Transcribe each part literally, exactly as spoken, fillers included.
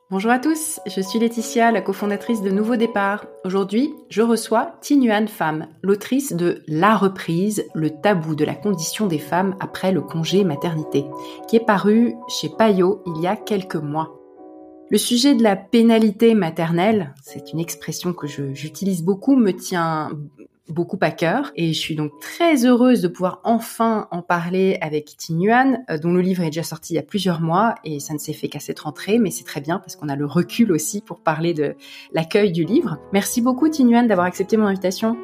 Bonjour à tous, je suis Laetitia, la cofondatrice de Nouveau Départ. Aujourd'hui, je reçoix Thi Nguyen Pham, l'autrice de La reprise, le tabou de la condition des femmes après le congé maternité, qui est paru chez Payot il y a quelques mois. Le sujet de la pénalité maternelle, c'est une expression que je, j'utilise beaucoup, me tient beaucoup à cœur et je suis donc très heureuse de pouvoir enfin en parler avec Thi Nguyen, dont le livre est déjà sorti il y a plusieurs mois et ça ne s'est fait qu'à cette rentrée, mais c'est très bien parce qu'on a le recul aussi pour parler de l'accueil du livre. Merci beaucoup Thi Nguyen d'avoir accepté mon invitation.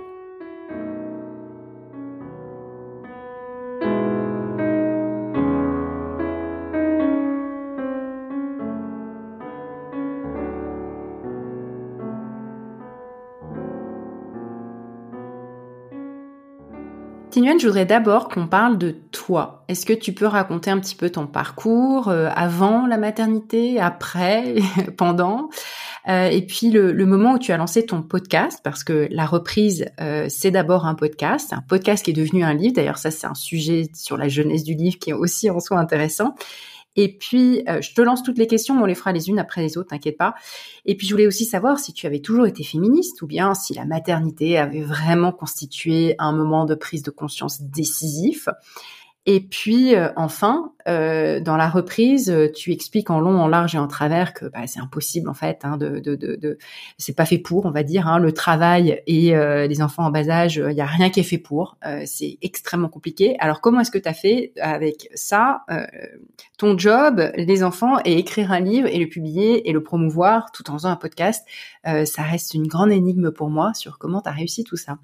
Thi Nguyen, je voudrais d'abord qu'on parle de toi. Est-ce que tu peux raconter un petit peu ton parcours euh, avant la maternité, après, pendant, euh, et puis le, le moment où tu as lancé ton podcast, parce que La reprise, euh, c'est d'abord un podcast, un podcast qui est devenu un livre. D'ailleurs, ça, c'est un sujet sur la jeunesse du livre qui est aussi en soi intéressant. Et puis, euh, je te lance toutes les questions, mais on les fera les unes après les autres, t'inquiète pas. Et puis, je voulais aussi savoir si tu avais toujours été féministe ou bien si la maternité avait vraiment constitué un moment de prise de conscience décisif. Et puis, euh, enfin, euh, dans La reprise, tu expliques en long, en large et en travers que bah, c'est impossible en fait, hein, de, de, de, de, c'est pas fait pour, on va dire, hein, le travail et euh, les enfants en bas âge, il y a rien qui est fait pour, euh, c'est extrêmement compliqué. Alors, comment est-ce que tu as fait avec ça, euh, ton job, les enfants, et écrire un livre et le publier et le promouvoir tout en faisant un podcast? euh, Ça reste une grande énigme pour moi sur comment tu as réussi tout ça.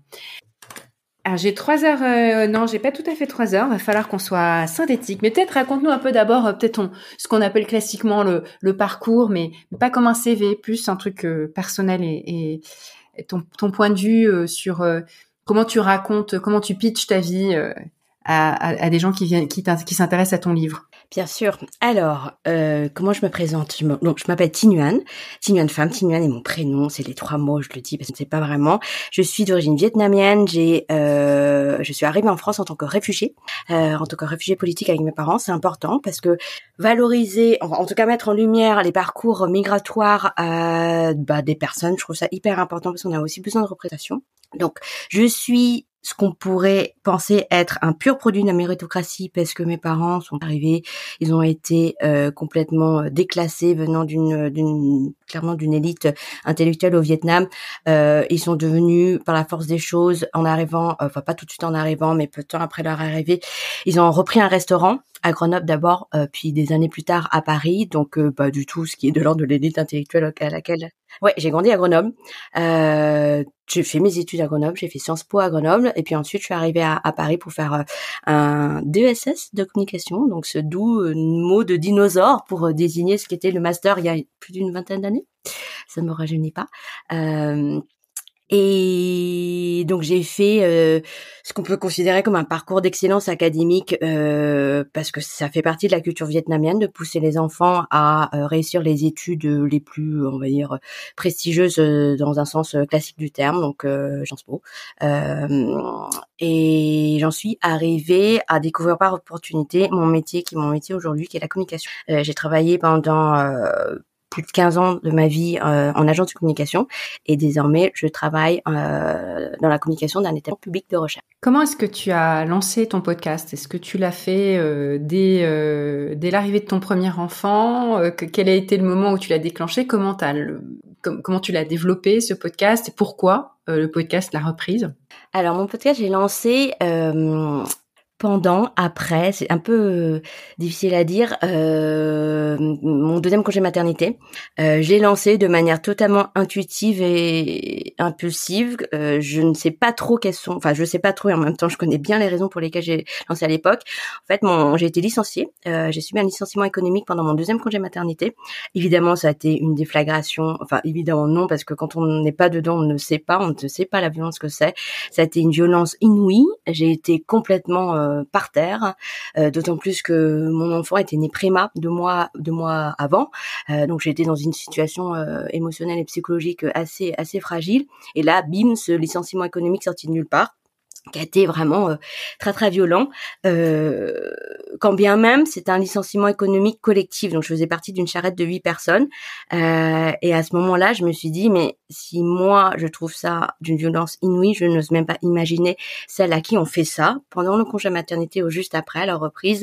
Alors, j'ai trois heures, euh, non, j'ai pas tout à fait trois heures, va falloir qu'on soit synthétique. Mais peut-être raconte-nous un peu d'abord, euh, peut-être ton, ce qu'on appelle classiquement le, le parcours, mais pas comme un C V, plus un truc euh, personnel et, et, et ton, ton point de vue euh, sur euh, comment tu racontes, comment tu pitches ta vie euh, à, à, à des gens qui viennent, qui, qui s'intéressent à ton livre. Bien sûr. Alors, euh, comment je me présente? je me, Donc, je m'appelle Thi Nguyen, Thi Nguyen Pham. Thi Nguyen est mon prénom, c'est les trois mots, je le dis parce que je ne sais pas vraiment. Je suis d'origine vietnamienne. J'ai, euh, je suis arrivée en France en tant que réfugiée, euh, en tant que réfugiée politique avec mes parents. C'est important parce que valoriser, en, en tout cas mettre en lumière les parcours migratoires euh, bah, des personnes, je trouve ça hyper important parce qu'on a aussi besoin de représentation. Donc, je suis ce qu'on pourrait penser être un pur produit de la méritocratie parce que mes parents sont arrivés, ils ont été euh, complètement déclassés venant d'une, d'une clairement d'une élite intellectuelle au Vietnam. Euh, ils sont devenus par la force des choses en arrivant, euh, enfin pas tout de suite en arrivant, mais peu de temps après leur arrivée, ils ont repris un restaurant à Grenoble d'abord, euh, puis des années plus tard à Paris, donc euh, pas du tout ce qui est de l'ordre de l'élite intellectuelle à laquelle... Ouais, j'ai grandi à Grenoble. Euh, j'ai fait mes études à Grenoble, j'ai fait Sciences Po à Grenoble, et puis ensuite je suis arrivée à, à Paris pour faire euh, un D E S S de communication, donc ce doux euh, mot de dinosaure pour euh, désigner ce qu'était le master il y a plus d'une vingtaine d'années. Ça ne me rajeunit pas. Euh, Et donc j'ai fait euh, ce qu'on peut considérer comme un parcours d'excellence académique euh, parce que ça fait partie de la culture vietnamienne de pousser les enfants à euh, réussir les études les plus, on va dire, prestigieuses euh, dans un sens euh, classique du terme, donc euh, Sciences Po. Euh, et j'en suis arrivée à découvrir par opportunité mon métier qui est mon métier aujourd'hui, qui est la communication. Euh, j'ai travaillé pendant euh, plus de quinze ans de ma vie euh, en agence de communication et désormais je travaille euh, dans la communication d'un établissement public de recherche. Comment est-ce que tu as lancé ton podcast? Est-ce que tu l'as fait euh, dès, euh, dès l'arrivée de ton premier enfant? euh, que, Quel a été le moment où tu l'as déclenché? Comment, t'as le, com- comment tu l'as développé, ce podcast? Et pourquoi euh, le podcast La reprise? Alors mon podcast, j'ai lancé... Euh, pendant, après, c'est un peu euh, difficile à dire, euh, mon deuxième congé maternité. Euh, je l'ai lancé de manière totalement intuitive et impulsive. Euh, je ne sais pas trop quelles sont, enfin je sais pas trop et en même temps je connais bien les raisons pour lesquelles j'ai lancé à l'époque. En fait, mon, j'ai été licenciée. Euh, j'ai subi un licenciement économique pendant mon deuxième congé maternité. Évidemment, ça a été une déflagration. Enfin, évidemment non, parce que quand on n'est pas dedans, on ne sait pas, on ne sait pas la violence que c'est. Ça a été une violence inouïe. J'ai été complètement euh, par terre, euh, d'autant plus que mon enfant était né préma deux mois deux mois avant, euh, donc j'étais dans une situation euh, émotionnelle et psychologique assez assez fragile. Et là, bim, ce licenciement économique sorti de nulle part. qui a été vraiment euh, très très violent, euh, quand bien même c'est un licenciement économique collectif, donc je faisais partie d'une charrette de huit personnes, euh, et à ce moment-là je me suis dit mais si moi je trouve ça d'une violence inouïe, je n'ose même pas imaginer celles à qui on fait ça pendant le congé maternité ou juste après à la reprise,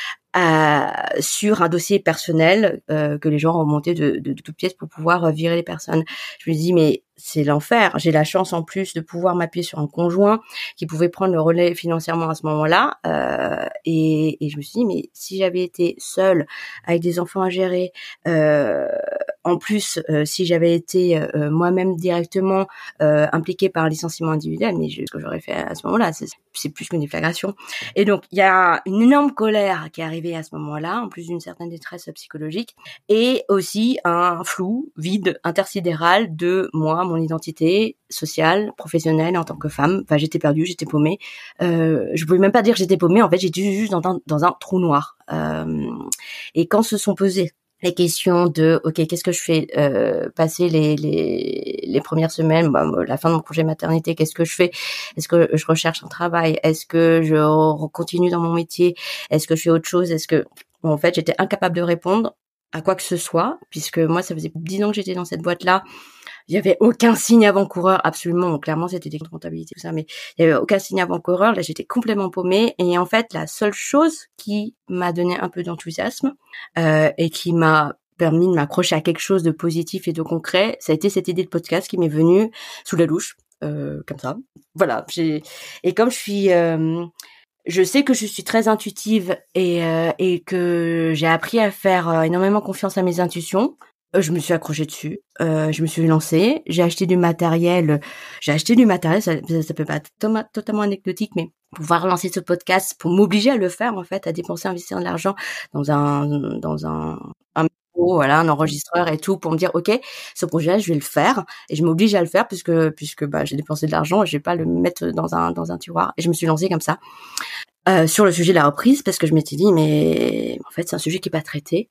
euh, sur un dossier personnel euh, que les gens ont monté de, de, de toutes pièces pour pouvoir euh, virer les personnes. Je me dis mais c'est l'enfer. J'ai la chance en plus de pouvoir m'appuyer sur un conjoint qui pouvait prendre le relais financièrement à ce moment-là. Euh, et, et je me suis dit, mais si j'avais été seule avec des enfants à gérer, euh, en plus, euh, si j'avais été euh, moi-même directement euh, impliquée par un licenciement individuel, mais je, ce que j'aurais fait à ce moment-là, c'est, c'est plus qu'une déflagration. Et donc, il y a une énorme colère qui est arrivée à ce moment-là, en plus d'une certaine détresse psychologique, et aussi un flou, vide, intersidéral de moi, mon identité sociale, professionnelle en tant que femme. Enfin, j'étais perdue, j'étais paumée. Euh, je pouvais même pas dire que j'étais paumée. En fait, j'étais juste dans un, dans un trou noir. Euh, et quand se sont posées les questions de, ok, qu'est-ce que je fais euh, passer les, les les premières semaines, bah, la fin de mon congé maternité, qu'est-ce que je fais? Est-ce que je recherche un travail? Est-ce que je continue dans mon métier? Est-ce que je fais autre chose? Est-ce que, bon, en fait, j'étais incapable de répondre à quoi que ce soit, puisque moi, ça faisait dix ans que j'étais dans cette boîte-là. Il y avait aucun signe avant-coureur, absolument. Donc, clairement, c'était des comptabilités, tout ça, mais il y avait aucun signe avant-coureur. Là, j'étais complètement paumée. Et en fait, la seule chose qui m'a donné un peu d'enthousiasme euh, et qui m'a permis de m'accrocher à quelque chose de positif et de concret, ça a été cette idée de podcast qui m'est venue sous la douche, euh, comme ça. Voilà. J'ai... Et comme je suis... Euh... Je sais que je suis très intuitive et, euh, et que j'ai appris à faire euh, énormément confiance à mes intuitions. Je me suis accrochée dessus, euh, je me suis lancée, j'ai acheté du matériel, j'ai acheté du matériel, ça, ça peut pas être to- totalement anecdotique, mais pouvoir lancer ce podcast, pour m'obliger à le faire en fait, à dépenser, investir de l'argent dans un dans un, un micro, voilà, un enregistreur et tout, pour me dire ok, ce projet-là, je vais le faire, et je m'oblige à le faire puisque puisque bah j'ai dépensé de l'argent, et je vais pas le mettre dans un dans un tiroir, et je me suis lancée comme ça euh, sur le sujet de la reprise parce que je m'étais dit mais en fait c'est un sujet qui est pas traité.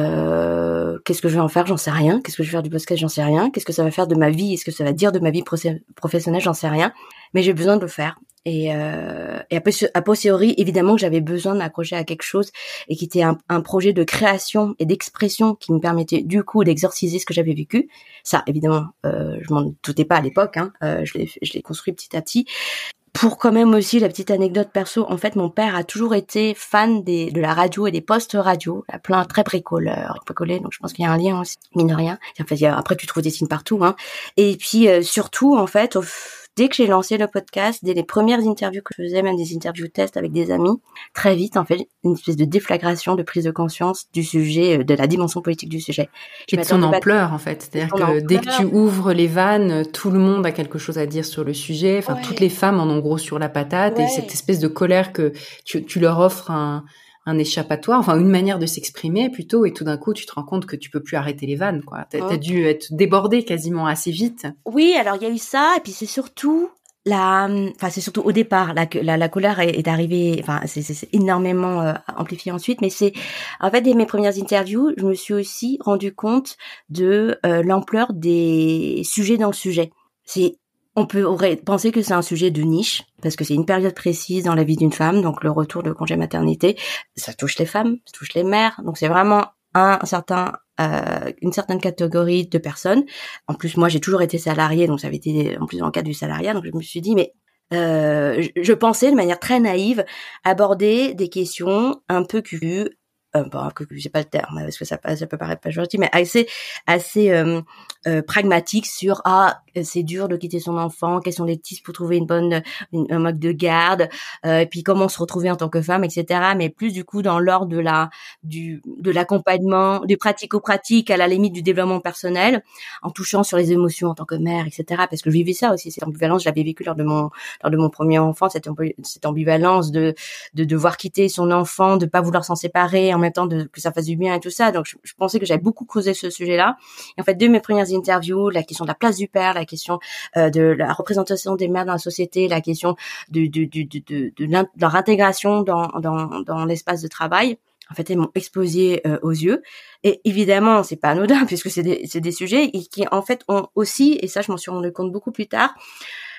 Euh, qu'est-ce que je vais en faire? J'en sais rien. Qu'est-ce que je vais faire du podcast? J'en sais rien. Qu'est-ce que ça va faire de ma vie? Est-ce que ça va dire de ma vie professionnelle? J'en sais rien. Mais j'ai besoin de le faire. Et, euh, et a posteriori, évidemment que j'avais besoin de m'accrocher à quelque chose et qui était un, un projet de création et d'expression qui me permettait du coup d'exorciser ce que j'avais vécu. Ça, évidemment, euh, je m'en doutais pas à l'époque. Hein. Euh, je l'ai, je l'ai construit petit à petit. Pour quand même aussi la petite anecdote perso, en fait, mon père a toujours été fan des, de la radio et des postes radio, à plein très bricoleur, bricolé, donc je pense qu'il y a un lien aussi, mine de rien. En fait, il y a, après, tu trouves des signes partout, hein. Et puis, euh, surtout, en fait, au, dès que j'ai lancé le podcast, dès les premières interviews que je faisais, même des interviews test avec des amis, très vite, en fait, une espèce de déflagration, de prise de conscience du sujet, de la dimension politique du sujet. Je et de son ampleur, pas... en fait. C'est-à-dire que ampleur. Dès que tu ouvres les vannes, tout le monde a quelque chose à dire sur le sujet. Enfin, ouais. Toutes les femmes en ont gros sur la patate. Ouais. Et cette espèce de colère que tu, tu leur offres un, un échappatoire, enfin, une manière de s'exprimer plutôt. Et tout d'un coup, tu te rends compte que tu peux plus arrêter les vannes, quoi. T'as, oh. t'as dû être débordée quasiment assez vite. Oui, alors il y a eu ça. Et puis c'est surtout... La, enfin c'est surtout au départ la la, la colère est, est arrivée, enfin c'est, c'est, c'est énormément euh, amplifié ensuite, mais c'est en fait dès mes premières interviews, je me suis aussi rendu compte de euh, l'ampleur des sujets dans le sujet. C'est on peut aurait penser que c'est un sujet de niche parce que c'est une période précise dans la vie d'une femme, donc le retour de congé maternité, ça touche les femmes, ça touche les mères, donc c'est vraiment un, un certain Euh, une certaine catégorie de personnes. En plus, moi, j'ai toujours été salariée, donc ça avait été en plus dans le cadre du salariat, donc je me suis dit, mais euh, je, je pensais de manière très naïve aborder des questions un peu cucu, euh, bon, cucu, c'est pas le terme, parce que ça, ça peut paraître pas gentil, mais assez, assez euh, euh, pragmatique sur ah, c'est dur de quitter son enfant, quels sont les tips pour trouver une bonne, une, un mode de garde, euh, et puis comment se retrouver en tant que femme, et cetera. Mais plus du coup dans l'ordre de la, du, de l'accompagnement, du pratico-pratique à la limite du développement personnel, en touchant sur les émotions en tant que mère, et cetera. Parce que je vivais ça aussi, cette ambivalence, je l'avais vécu lors de mon, lors de mon premier enfant, cette, cette ambivalence de, de devoir quitter son enfant, de pas vouloir s'en séparer, en même temps de, que ça fasse du bien et tout ça. Donc je, je pensais que j'avais beaucoup creusé ce sujet-là. Et en fait, dès mes premières interviews, la question de la place du père, la question euh, de la représentation des mères dans la société, la question de, de, de, de, de, de, de leur intégration dans, dans, dans l'espace de travail, en fait, elles m'ont explosé euh, aux yeux. Et évidemment, c'est pas anodin puisque c'est des, c'est des sujets qui, en fait, ont aussi, et ça, je m'en suis rendu compte beaucoup plus tard,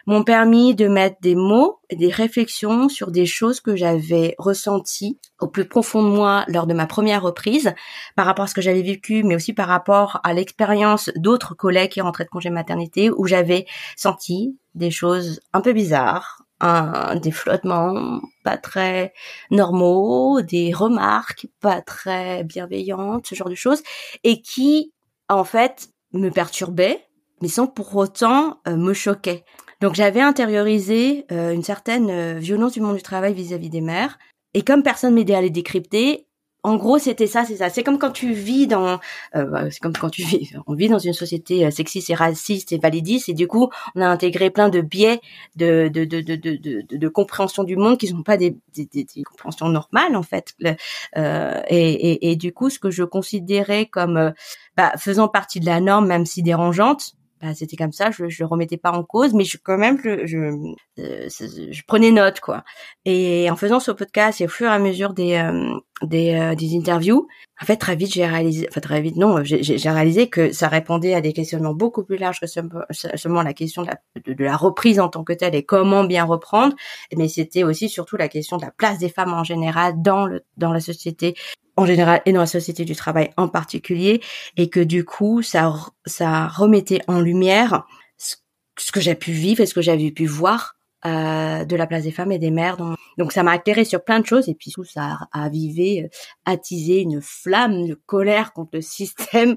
m'ont permis de mettre des mots et des réflexions sur des choses que j'avais ressenties au plus profond de moi lors de ma première reprise, par rapport à ce que j'avais vécu, mais aussi par rapport à l'expérience d'autres collègues qui rentraient de congé maternité, où j'avais senti des choses un peu bizarres, un, des flottements pas très normaux, des remarques pas très bienveillantes, ce genre de choses, et qui, en fait, me perturbaient, mais sans pour autant euh, me choquer. Donc j'avais intériorisé euh, une certaine euh, violence du monde du travail vis-à-vis des mères, et comme personne m'aidait à les décrypter, en gros c'était ça, c'est ça. C'est comme quand tu vis dans, euh, bah, c'est comme quand tu vis, on vit dans une société euh, sexiste et raciste et validiste, et du coup on a intégré plein de biais de de de de de, de, de compréhension du monde qui sont pas des des, des, des compréhensions normales en fait. Le, euh, et, et et du coup ce que je considérais comme euh, bah, faisant partie de la norme, même si dérangeante, bah, c'était comme ça, je je le remettais pas en cause, mais je quand même je je, euh, je prenais note quoi. Et en faisant ce podcast et au fur et à mesure des euh, des euh, des interviews, en fait très vite j'ai réalisé, enfin très vite non, j'ai j'ai réalisé que ça répondait à des questionnements beaucoup plus larges que seulement la question de la de, de la reprise en tant que telle et comment bien reprendre, mais c'était aussi surtout la question de la place des femmes en général dans le dans la société en général et dans la société du travail en particulier, et que du coup ça ça remettait en lumière ce, ce que j'ai pu vivre et ce que j'avais pu voir euh, de la place des femmes et des mères. Donc, donc ça m'a éclairé sur plein de choses, et puis tout ça a avivé, attisé une flamme de colère contre le système.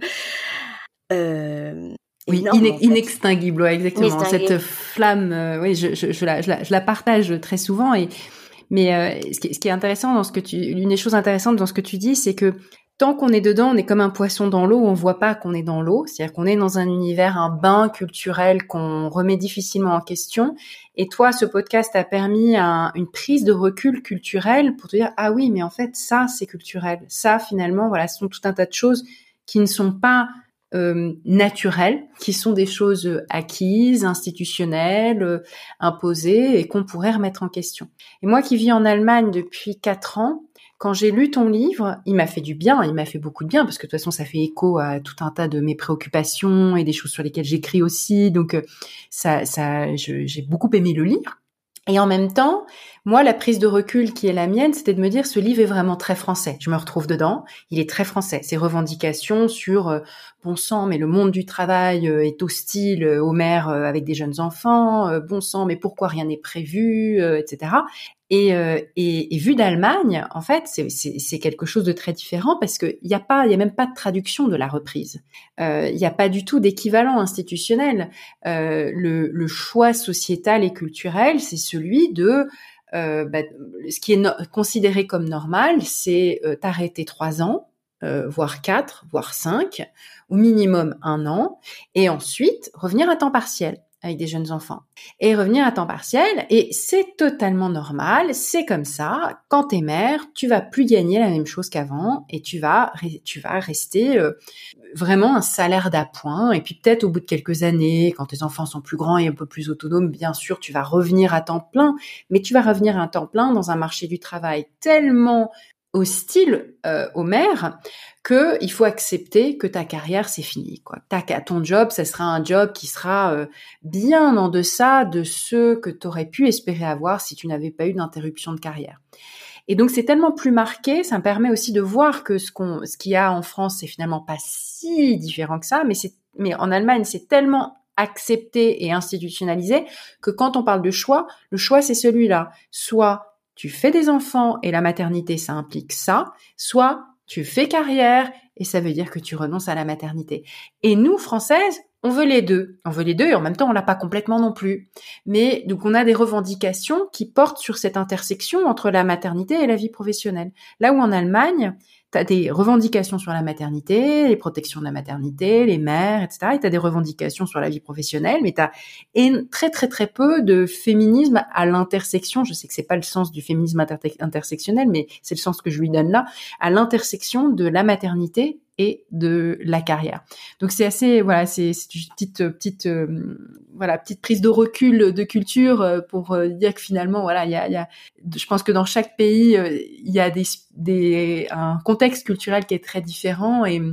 Euh, Oui, énorme, inex- en fait. inextinguible, ouais, exactement. Inextinguible. Cette flamme, euh, oui, je, je, je, la, je, la, je la partage très souvent. Et mais euh, ce, qui, ce qui est intéressant dans ce que tu, l'une des choses intéressantes dans ce que tu dis, c'est que tant qu'on est dedans, on est comme un poisson dans l'eau, on voit pas qu'on est dans l'eau. C'est-à-dire qu'on est dans un univers, un bain culturel qu'on remet difficilement en question. Et toi, ce podcast a permis un, une prise de recul culturel pour te dire, ah oui, mais en fait, ça, c'est culturel. Ça, finalement, voilà, ce sont tout un tas de choses qui ne sont pas Euh, naturelles, qui sont des choses acquises, institutionnelles, euh, imposées, et qu'on pourrait remettre en question. Et moi qui vis en Allemagne depuis quatre ans, quand j'ai lu ton livre, il m'a fait du bien, il m'a fait beaucoup de bien, parce que de toute façon ça fait écho à tout un tas de mes préoccupations et des choses sur lesquelles j'écris aussi, donc euh, ça, ça, je, j'ai beaucoup aimé le lire. Et en même temps, moi, la prise de recul qui est la mienne, c'était de me dire, ce livre est vraiment très français. Je me retrouve dedans. Il est très français. Ses revendications sur, euh, bon sang, mais le monde du travail euh, est hostile euh, aux mères euh, avec des jeunes enfants. Euh, bon sang, mais pourquoi rien n'est prévu, euh, et cetera. Et, euh, et, et vu d'Allemagne, en fait, c'est, c'est, c'est quelque chose de très différent, parce que il y a pas, il y a même pas de traduction de la reprise. Euh, il y a pas du tout d'équivalent institutionnel. Euh, le, le choix sociétal et culturel, c'est celui de euh, bah, ce qui est no- considéré comme normal, c'est euh, t'arrêter trois ans, euh, voire quatre, voire cinq, au minimum un an, et ensuite revenir à temps partiel avec des jeunes enfants. Et revenir à temps partiel, et c'est totalement normal, c'est comme ça. Quand t'es mère, tu vas plus gagner la même chose qu'avant, et tu vas, tu vas rester euh, vraiment un salaire d'appoint. Et puis peut-être au bout de quelques années, quand tes enfants sont plus grands et un peu plus autonomes, bien sûr, tu vas revenir à temps plein, mais tu vas revenir à temps plein dans un marché du travail tellement hostile euh, aux mères que il faut accepter que ta carrière c'est fini, quoi. Ta, ton job, ça sera un job qui sera euh, bien en deçà de ce que tu aurais pu espérer avoir si tu n'avais pas eu d'interruption de carrière. Et donc c'est tellement plus marqué, ça me permet aussi de voir que ce qu'on, ce qu'il y a en France, c'est finalement pas si différent que ça, mais c'est, mais en Allemagne, c'est tellement accepté et institutionnalisé que quand on parle de choix, le choix c'est celui-là. Soit tu fais des enfants et la maternité ça implique ça, soit tu fais carrière et ça veut dire que tu renonces à la maternité. Et nous, Françaises, on veut les deux. On veut les deux et en même temps, on l'a pas complètement non plus. Mais donc, on a des revendications qui portent sur cette intersection entre la maternité et la vie professionnelle. Là où en Allemagne, tu as des revendications sur la maternité, les protections de la maternité, les mères, et cetera. Et tu as des revendications sur la vie professionnelle, mais tu as très, très, très peu de féminisme à l'intersection. Je sais que c'est pas le sens du féminisme inter- intersectionnel, mais c'est le sens que je lui donne là, à l'intersection de la maternité et de la carrière. Donc c'est assez, voilà, c'est, c'est une petite, petite, euh, voilà, petite prise de recul de culture euh, pour euh, dire que finalement, voilà, il y a, il y a, je pense que dans chaque pays, euh, il y a des, des, un contexte culturel qui est très différent et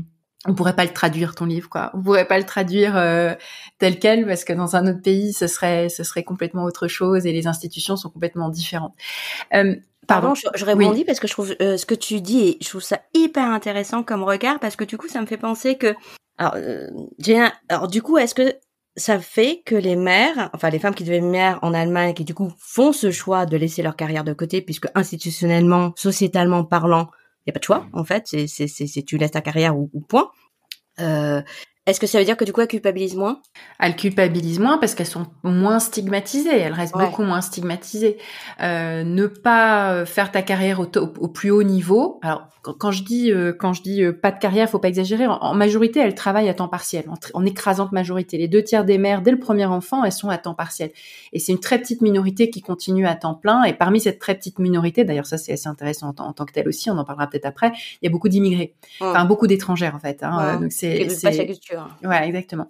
on pourrait pas le traduire ton livre, quoi. On pourrait pas le traduire euh, tel quel parce que dans un autre pays, ce serait ce serait complètement autre chose et les institutions sont complètement différentes. Euh, Pardon, Pardon, je, je rebondis oui. parce que je trouve euh, ce que tu dis, et je trouve ça hyper intéressant comme regard parce que du coup, ça me fait penser que, alors, euh, j'ai un, alors du coup, est-ce que ça fait que les mères, enfin les femmes qui deviennent mères en Allemagne, qui du coup font ce choix de laisser leur carrière de côté, puisque institutionnellement, sociétalement parlant, il y a pas de choix en fait, c'est c'est c'est, c'est tu laisses ta carrière ou, ou point. Euh, Est-ce que ça veut dire que du coup, elles culpabilisent moins ? Elles culpabilisent moins parce qu'elles sont moins stigmatisées. Elles restent Ouais. beaucoup moins stigmatisées. Euh, ne pas faire ta carrière au, au, au plus haut niveau. Alors, quand, quand je dis euh, quand je dis euh, pas de carrière, faut pas exagérer. En, en majorité, elles travaillent à temps partiel. En, en écrasante majorité, les deux tiers des mères dès le premier enfant, elles sont à temps partiel. Et c'est une très petite minorité qui continue à temps plein. Et parmi cette très petite minorité, d'ailleurs, ça c'est assez intéressant en, en tant que tel aussi. On en parlera peut-être après. Il y a beaucoup d'immigrés, Mmh. enfin beaucoup d'étrangères en fait. Hein. Mmh. Donc c'est, Qui c'est... pas sa culture. Ouais, exactement.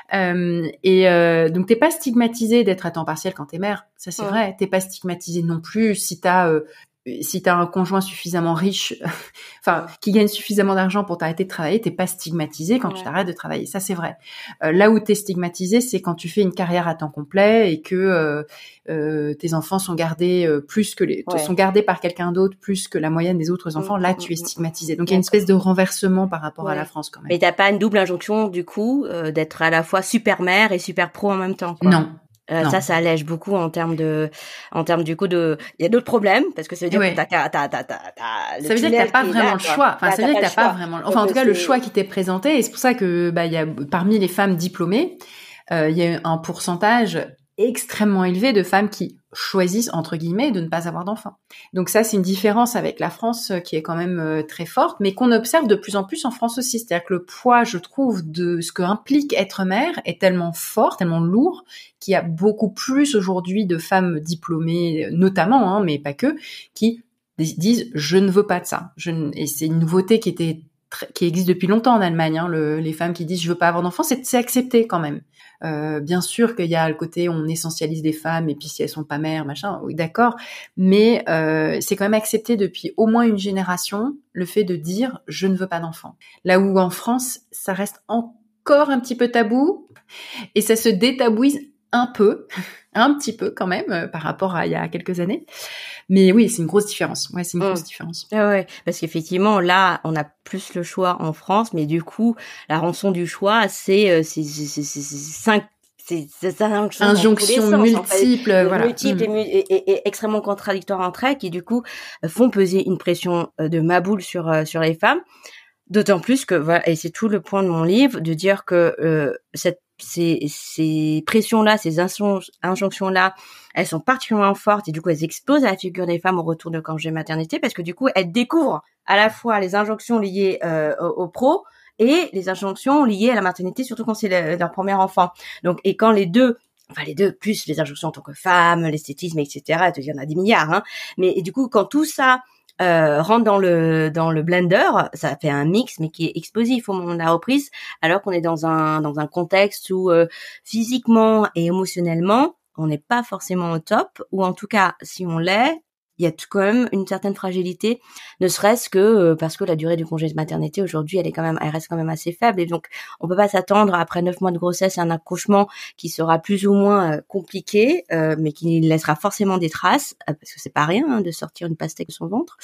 Euh, et euh, donc t'es pas stigmatisé d'être à temps partiel quand t'es mère, ça c'est Ouais. vrai. T'es pas stigmatisé non plus si t'as euh, si t'as un conjoint suffisamment riche, enfin Ouais. qui gagne suffisamment d'argent pour t'arrêter de travailler, t'es pas stigmatisé quand Ouais. tu t'arrêtes de travailler. Ça c'est vrai. Euh, là où t'es stigmatisé, c'est quand tu fais une carrière à temps complet et que euh, euh, tes enfants sont gardés euh, plus que les Ouais. sont gardés par quelqu'un d'autre plus que la moyenne des autres enfants. Mmh, Là mmh, tu es mmh. stigmatisé. Donc il y a une espèce de renversement par rapport Ouais. à la France quand même. Mais t'as pas une double injonction du coup euh, d'être à la fois super mère et super pro en même temps, quoi. Non. Euh, non. ça, ça allège beaucoup en termes de, en termes du coup de, il y a d'autres problèmes parce que ça veut dire Ouais. que t'as, t'as, t'as, t'as, t'as le Ça veut dire que t'as tunnel pas qui est vraiment là, le quoi. choix. Enfin, Là, ça veut dire que t'as pas vraiment, enfin, Donc, en tout cas, c'est... le choix qui t'est présenté. Et c'est pour ça que, bah, il y a, parmi les femmes diplômées, euh, il y a un pourcentage extrêmement élevé de femmes qui choisissent, entre guillemets, de ne pas avoir d'enfants. Donc ça, c'est une différence avec la France qui est quand même euh, très forte, mais qu'on observe de plus en plus en France aussi. C'est-à-dire que le poids, je trouve, de ce que implique être mère est tellement fort, tellement lourd, qu'il y a beaucoup plus aujourd'hui de femmes diplômées, notamment, hein, mais pas que, qui disent « je ne veux pas de ça ». Je ne... Et c'est une nouveauté qui était qui existe depuis longtemps en Allemagne, hein, le, les femmes qui disent je veux pas avoir d'enfants, c'est, c'est accepté quand même. Euh, bien sûr qu'il y a le côté on essentialise des femmes et puis si elles sont pas mères, machin, oui d'accord, mais euh, c'est quand même accepté depuis au moins une génération le fait de dire je ne veux pas d'enfants. Là où en France, ça reste encore un petit peu tabou et ça se détabouise un peu, un petit peu quand même euh, par rapport à il y a quelques années. Mais oui, c'est une grosse différence. Ouais, c'est une mmh. grosse différence. Ah ouais, parce qu'effectivement, là, on a plus le choix en France, mais du coup, la rançon du choix, c'est euh, c'est c'est c'est, c'est cinq c'est c'est injonctions, injonctions multiples, en fait, voilà, multiples mmh. et, et, et extrêmement contradictoires entre elles, qui du coup font peser une pression de maboule sur euh, sur les femmes. D'autant plus que voilà, et c'est tout le point de mon livre, de dire que euh, cette ces, ces pressions-là, ces injonctions-là, elles sont particulièrement fortes et du coup, elles explosent à la figure des femmes au retour de congé maternité parce que du coup, elles découvrent à la fois les injonctions liées euh, au, au pro et les injonctions liées à la maternité, surtout quand c'est le, leur premier enfant. Donc, et quand les deux Enfin, les deux, plus les injonctions en tant que femme, l'esthétisme, et cetera. Il y en a des milliards, hein. Mais et du coup, quand tout ça Euh, rentre dans le dans le blender, ça fait un mix mais qui est explosif au moment de la reprise, alors qu'on est dans un dans un contexte où euh, physiquement et émotionnellement on n'est pas forcément au top, ou en tout cas si on l'est, il y a quand même une certaine fragilité, ne serait-ce que euh, parce que la durée du congé de maternité aujourd'hui elle est quand même elle reste quand même assez faible, et donc on peut pas s'attendre après neuf mois de grossesse à un accouchement qui sera plus ou moins euh, compliqué, euh, mais qui laissera forcément des traces, euh, parce que c'est pas rien hein, de sortir une pastèque de son ventre.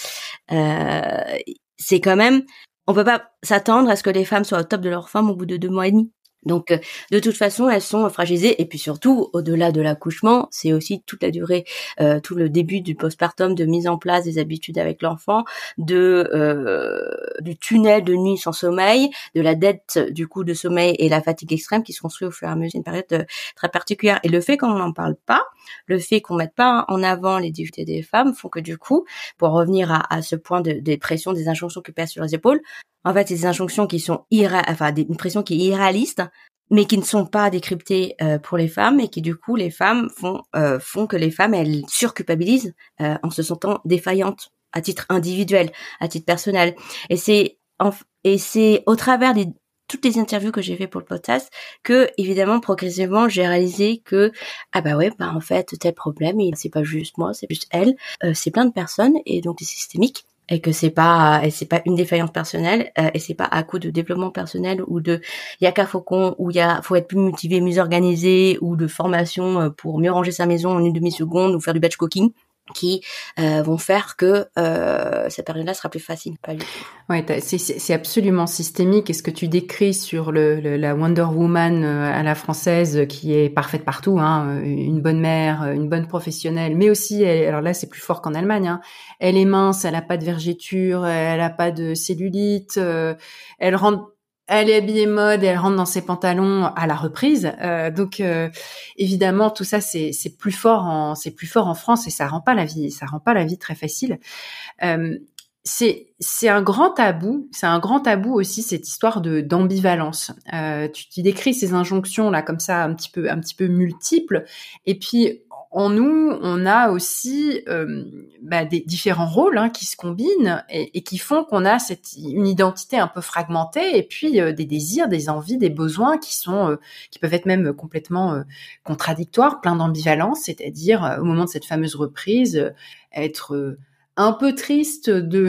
Euh, c'est quand même, on peut pas s'attendre à ce que les femmes soient au top de leur forme au bout de deux mois et demi. Donc, de toute façon, elles sont fragilisées. Et puis surtout, au-delà de l'accouchement, c'est aussi toute la durée, euh, tout le début du postpartum, de mise en place des habitudes avec l'enfant, de euh, du tunnel de nuit sans sommeil, de la dette du coup de sommeil et la fatigue extrême qui se construit au fur et à mesure. C'est une période euh, très particulière. Et le fait qu'on n'en parle pas, le fait qu'on mette pas en avant les difficultés des femmes, font que du coup, pour revenir à, à ce point de, des pressions, des injonctions qui pèsent sur les épaules, en fait, c'est des injonctions qui sont irra- enfin, des, une pression qui est irréaliste, mais qui ne sont pas décryptées euh, pour les femmes, et qui du coup, les femmes font euh, font que les femmes elles surculpabilisent euh, en se sentant défaillantes à titre individuel, à titre personnel. Et c'est en, et c'est au travers des toutes les interviews que j'ai fait pour le podcast que évidemment progressivement j'ai réalisé que ah bah ouais bah en fait tel problème et c'est pas juste moi, c'est juste elle, euh, c'est plein de personnes, et donc c'est systémique. Et que c'est pas, et c'est pas une défaillance personnelle, euh, et c'est pas à coup de développement personnel ou de Yaka Faucon, où il y a, faut être plus motivé, mieux organisé, ou de formation pour mieux ranger sa maison en une demi-seconde, ou faire du batch cooking, qui euh, vont faire que euh, cette période-là sera plus facile. Pas du tout. Ouais, c'est, c'est absolument systémique. Et ce que tu décris sur le, le, la Wonder Woman à la française, qui est parfaite partout, hein, une bonne mère, une bonne professionnelle, mais aussi, elle, alors là, c'est plus fort qu'en Allemagne. Hein, elle est mince, elle a pas de vergéture, elle a pas de cellulite, euh, elle rentre. Elle est habillée mode, elle rentre dans ses pantalons à la reprise. Euh, donc euh, évidemment tout ça c'est c'est plus fort en c'est plus fort en France et ça rend pas la vie ça rend pas la vie très facile. Euh, c'est c'est un grand tabou, c'est un grand tabou aussi cette histoire de d'ambivalence. Euh, tu, tu décris ces injonctions là comme ça un petit peu un petit peu multiples et puis en nous, on a aussi euh, bah, des différents rôles hein, qui se combinent et, et qui font qu'on a cette une identité un peu fragmentée et puis euh, des désirs, des envies, des besoins qui sont euh, qui peuvent être même complètement euh, contradictoires, plein d'ambivalence, c'est-à-dire euh, au moment de cette fameuse reprise, euh, être euh, un peu triste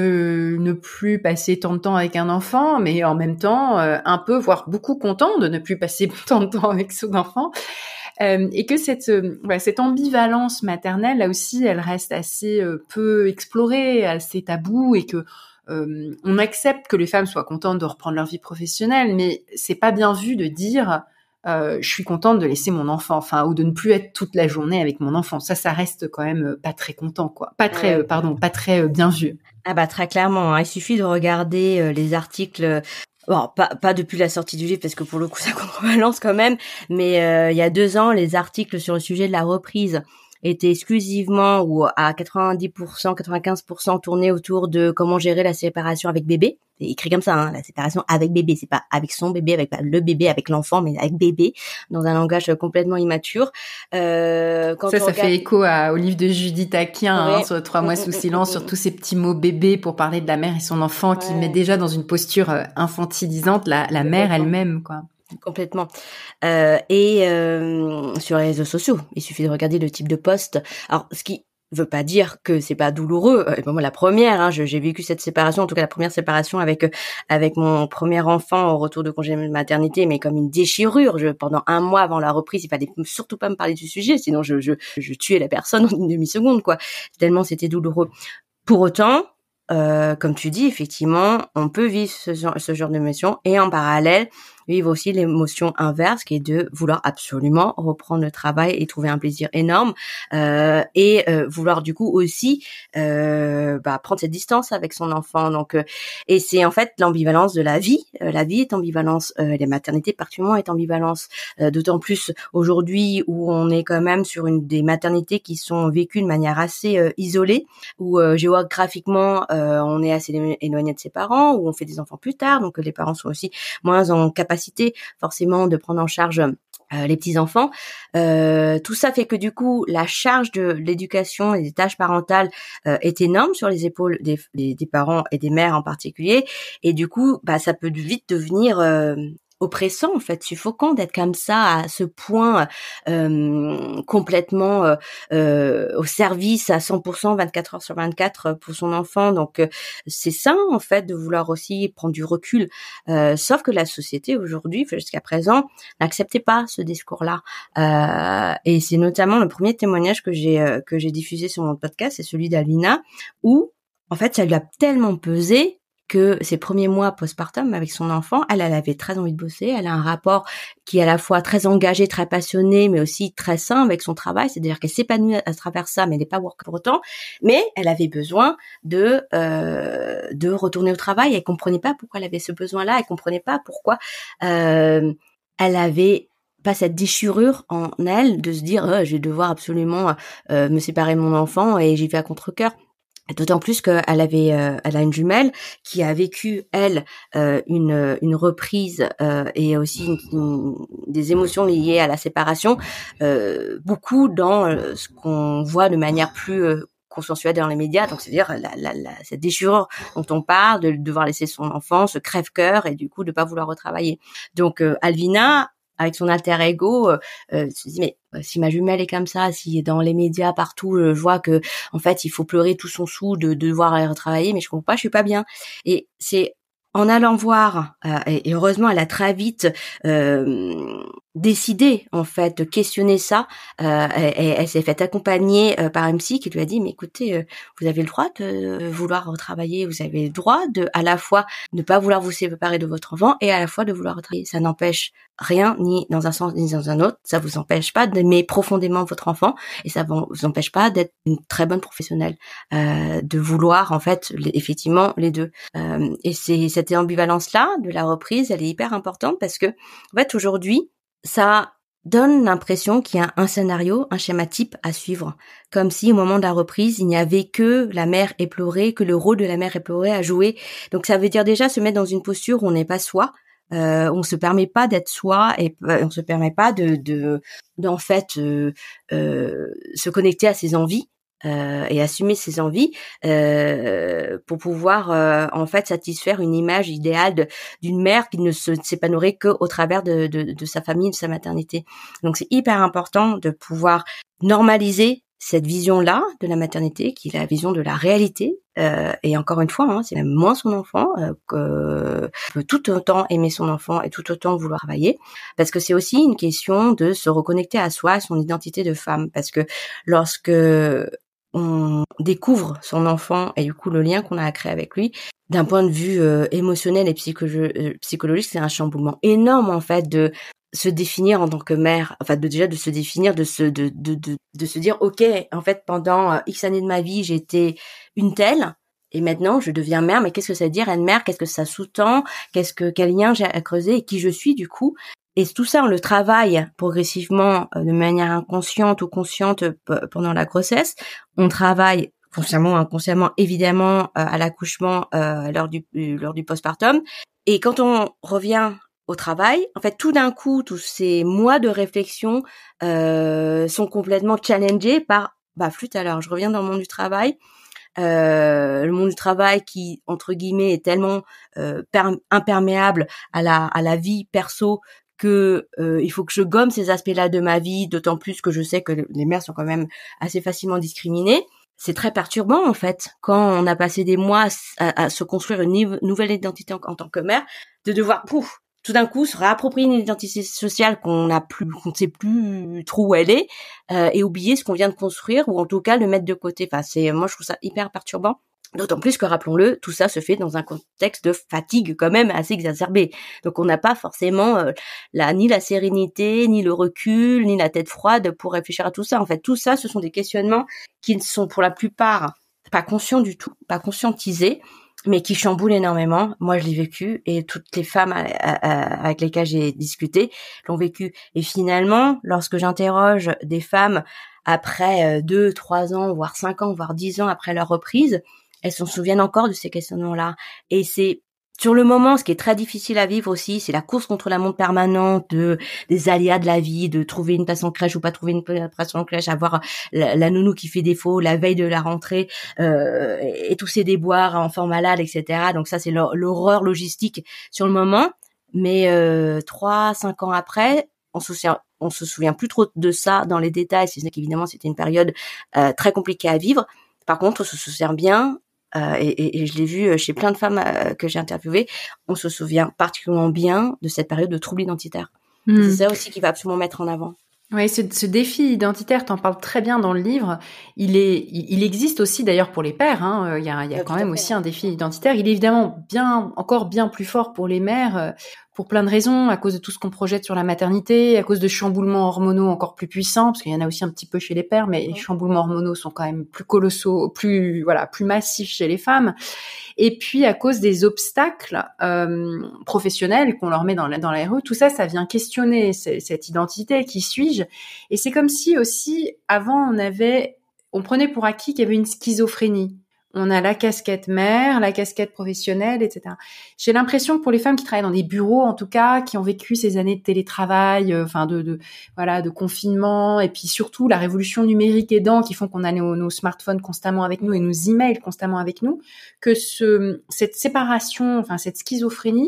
de ne plus passer tant de temps avec un enfant, mais en même temps euh, un peu, voire beaucoup content de ne plus passer tant de temps avec son enfant. Euh, et que cette, euh, voilà, cette ambivalence maternelle, là aussi, elle reste assez euh, peu explorée, assez taboue, et que euh, on accepte que les femmes soient contentes de reprendre leur vie professionnelle, mais c'est pas bien vu de dire euh, je suis contente de laisser mon enfant, enfin, ou de ne plus être toute la journée avec mon enfant. Ça, ça reste quand même pas très content, quoi. Pas très, euh, pardon, pas très euh, bien vu. Ah bah très clairement, hein. Il suffit de regarder euh, les articles. Bon, pas, pas depuis la sortie du livre, parce que pour le coup, ça contrebalance quand même. Mais euh, il y a deux ans, les articles sur le sujet de la reprise étaient exclusivement ou à quatre-vingt-dix pour cent, quatre-vingt-quinze pour cent tournés autour de comment gérer la séparation avec bébé. C'est écrit comme ça, hein, la séparation avec bébé. C'est pas avec son bébé, avec pas le bébé, avec l'enfant, mais avec bébé, dans un langage complètement immature. Euh, quand ça, ça regarde... fait écho à, au livre de Judith Aquin, ouais. hein, sur Trois mois sous silence, sur tous ces petits mots bébé pour parler de la mère et son enfant ouais. qui met déjà dans une posture infantilisante la, la mère elle-même, quoi. Complètement. Euh, et euh, sur les réseaux sociaux, il suffit de regarder le type de post. Alors, ce qui veut pas dire que c'est pas douloureux. Euh, moi, la première, hein, je, j'ai vécu cette séparation, en tout cas la première séparation avec avec mon premier enfant au retour de congé de maternité, mais comme une déchirure. Je, pendant un mois avant la reprise, il fallait surtout pas me parler du sujet, sinon je je, je tuais la personne en une demi-seconde, quoi. Tellement c'était douloureux. Pour autant, euh, comme tu dis, effectivement, on peut vivre ce genre, ce genre d'émotion et en parallèle vivre aussi l'émotion inverse qui est de vouloir absolument reprendre le travail et trouver un plaisir énorme euh, et euh, vouloir du coup aussi euh, bah, prendre cette distance avec son enfant. Donc, euh, et c'est en fait l'ambivalence de la vie. Euh, la vie est ambivalence, euh, les maternités particulièrement est ambivalence. Euh, d'autant plus aujourd'hui où on est quand même sur une des maternités qui sont vécues de manière assez euh, isolée, où euh, géographiquement euh, on est assez éloigné de ses parents, où on fait des enfants plus tard, donc les parents sont aussi moins en capacité forcément de prendre en charge euh, les petits enfants. Euh, tout ça fait que du coup la charge de l'éducation et des tâches parentales euh, est énorme sur les épaules des, des, des parents et des mères en particulier. Et du coup, bah ça peut vite devenir euh, oppressant, en fait, suffocant d'être comme ça à ce point euh, complètement euh, euh, au service à cent pour cent vingt-quatre heures sur vingt-quatre pour son enfant. Donc euh, c'est ça en fait de vouloir aussi prendre du recul. Euh, sauf que la société aujourd'hui, jusqu'à présent, n'acceptait pas ce discours-là. Euh, et c'est notamment le premier témoignage que j'ai euh, que j'ai diffusé sur mon podcast, c'est celui d'Alvina, où en fait ça lui a tellement pesé que ses premiers mois postpartum avec son enfant, elle, elle avait très envie de bosser, elle a un rapport qui est à la fois très engagé, très passionné, mais aussi très sain avec son travail, c'est-à-dire qu'elle s'épanouit à travers ça, mais elle n'est pas work pour autant, mais elle avait besoin de euh, de retourner au travail, elle comprenait pas pourquoi elle avait ce besoin-là, elle comprenait pas pourquoi euh, elle avait pas cette déchirure en elle de se dire oh, je vais devoir absolument euh, me séparer de mon enfant et j'y vais à contre-cœur. D'autant plus qu'elle avait, euh, elle a une jumelle qui a vécu elle euh, une une reprise euh, et aussi une, une, des émotions liées à la séparation, euh, beaucoup dans euh, ce qu'on voit de manière plus euh, consensuelle dans les médias. Donc c'est-à-dire la, la, la, cette déchirure dont on parle, de devoir laisser son enfant, ce crève-cœur et du coup de pas vouloir retravailler. Donc euh, Alvina avec son alter ego, euh, euh, se dit mais euh, si ma jumelle est comme ça, si dans les médias partout euh, je vois que en fait il faut pleurer tout son sou de, de devoir aller retravailler, mais je comprends pas, je suis pas bien. Et c'est en allant voir, euh, et heureusement elle a très vite euh, décidé en fait de questionner ça. Euh, elle, elle s'est fait accompagner euh, par un psy qui lui a dit mais écoutez, euh, vous avez le droit de vouloir retravailler, vous avez le droit de à la fois ne pas vouloir vous séparer de votre enfant et à la fois de vouloir retravailler. Ça n'empêche rien ni dans un sens ni dans un autre. Ça vous empêche pas d'aimer profondément votre enfant et ça vous empêche pas d'être une très bonne professionnelle, euh, de vouloir en fait les, effectivement les deux. Euh, et c'est cette ambivalence là de la reprise, elle est hyper importante parce que en fait aujourd'hui ça donne l'impression qu'il y a un scénario, un schéma type à suivre, comme si au moment de la reprise, il n'y avait que la mère éplorée, que le rôle de la mère éplorée à jouer. Donc ça veut dire déjà se mettre dans une posture où on n'est pas soi, euh, on se permet pas d'être soi et euh, on se permet pas de, de, d'en fait euh, euh, se connecter à ses envies. Euh, et assumer ses envies euh, pour pouvoir euh, en fait satisfaire une image idéale de, d'une mère qui ne se s'épanouirait que au travers de, de, de sa famille, de sa maternité. Donc c'est hyper important de pouvoir normaliser cette vision-là de la maternité, qui est la vision de la réalité. Euh, et encore une fois, hein, c'est même moins son enfant, euh, que peut tout autant aimer son enfant et tout autant vouloir travailler, parce que c'est aussi une question de se reconnecter à soi, à son identité de femme, parce que lorsque on découvre son enfant et du coup le lien qu'on a à créer avec lui, d'un point de vue euh, émotionnel et psycholo- euh, psychologique, c'est un chamboulement énorme en fait de se définir en tant que mère, enfin de déjà de se définir, de se de de de, de se dire ok, en fait pendant euh, X années de ma vie j'étais une telle et maintenant je deviens mère, mais qu'est-ce que ça veut dire être mère, qu'est-ce que ça sous-tend, qu'est-ce que quel lien j'ai à creuser et qui je suis du coup. Et tout ça, on le travaille progressivement euh, de manière inconsciente ou consciente euh, p- pendant la grossesse. On travaille consciemment ou inconsciemment, évidemment, euh, à l'accouchement, euh, lors du euh, lors du postpartum. Et quand on revient au travail, en fait, tout d'un coup, tous ces mois de réflexion euh, sont complètement challengés par bah flûte alors. Je reviens dans le monde du travail. Euh, le monde du travail qui entre guillemets est tellement euh, per- imperméable à la à la vie perso que euh, il faut que je gomme ces aspects-là de ma vie, d'autant plus que je sais que les mères sont quand même assez facilement discriminées. C'est très perturbant en fait quand on a passé des mois à, à se construire une nive- nouvelle identité en, en tant que mère, de devoir pouf tout d'un coup se réapproprier une identité sociale qu'on n'a plus, qu'on ne sait plus trop où elle est, euh, et oublier ce qu'on vient de construire ou en tout cas le mettre de côté. Enfin, c'est moi je trouve ça hyper perturbant. D'autant plus que, rappelons-le, tout ça se fait dans un contexte de fatigue quand même assez exacerbé. Donc on n'a pas forcément euh, la, ni la sérénité, ni le recul, ni la tête froide pour réfléchir à tout ça. En fait, tout ça, ce sont des questionnements qui ne sont pour la plupart pas conscients du tout, pas conscientisés, mais qui chamboulent énormément. Moi, je l'ai vécu et toutes les femmes à, à, à, avec lesquelles j'ai discuté l'ont vécu. Et finalement, lorsque j'interroge des femmes après euh, deux, trois ans, voire cinq ans, voire dix ans après leur reprise, elles se souviennent encore de ces questionnements-là. Et c'est sur le moment, ce qui est très difficile à vivre aussi, c'est la course contre la montre permanente de des aléas de la vie, de trouver une place en crèche ou pas trouver une place en crèche, avoir la, la nounou qui fait défaut la veille de la rentrée, euh, et, et tous ces déboires, enfants malades, et cetera. Donc ça, c'est l'horreur logistique sur le moment. Mais euh, trois, cinq ans après, on se souvient, on se souvient plus trop de ça dans les détails. C'est qu'évidemment, c'était une période euh, très compliquée à vivre. Par contre, on se souvient bien. Euh, et, et, et je l'ai vu chez plein de femmes euh, que j'ai interviewées, on se souvient particulièrement bien de cette période de trouble identitaire. Mmh. C'est ça aussi qu'il va absolument mettre en avant. Oui, ce, ce défi identitaire, t'en parles très bien dans le livre. Il est, il, il existe aussi d'ailleurs pour les pères. Hein. Il y a, il y a ouais, quand même fait, aussi ouais. un défi identitaire. Il est évidemment bien, encore bien plus fort pour les mères, pour plein de raisons, à cause de tout ce qu'on projette sur la maternité, à cause de chamboulements hormonaux encore plus puissants, parce qu'il y en a aussi un petit peu chez les pères, mais ouais. les chamboulements hormonaux sont quand même plus colossaux, plus voilà, plus massifs chez les femmes. Et puis à cause des obstacles euh, professionnels qu'on leur met dans la, dans la rue, tout ça, ça vient questionner c- cette identité, qui suis-je ? Et c'est comme si aussi, avant, on avait, on prenait pour acquis qu'il y avait une schizophrénie. On a la casquette mère, la casquette professionnelle, et cetera. J'ai l'impression que pour les femmes qui travaillent dans des bureaux, en tout cas, qui ont vécu ces années de télétravail, euh, enfin de, de voilà, de confinement, et puis surtout la révolution numérique aidant, qui font qu'on a nos, nos smartphones constamment avec nous et nos emails constamment avec nous, que ce, cette séparation, enfin cette schizophrénie,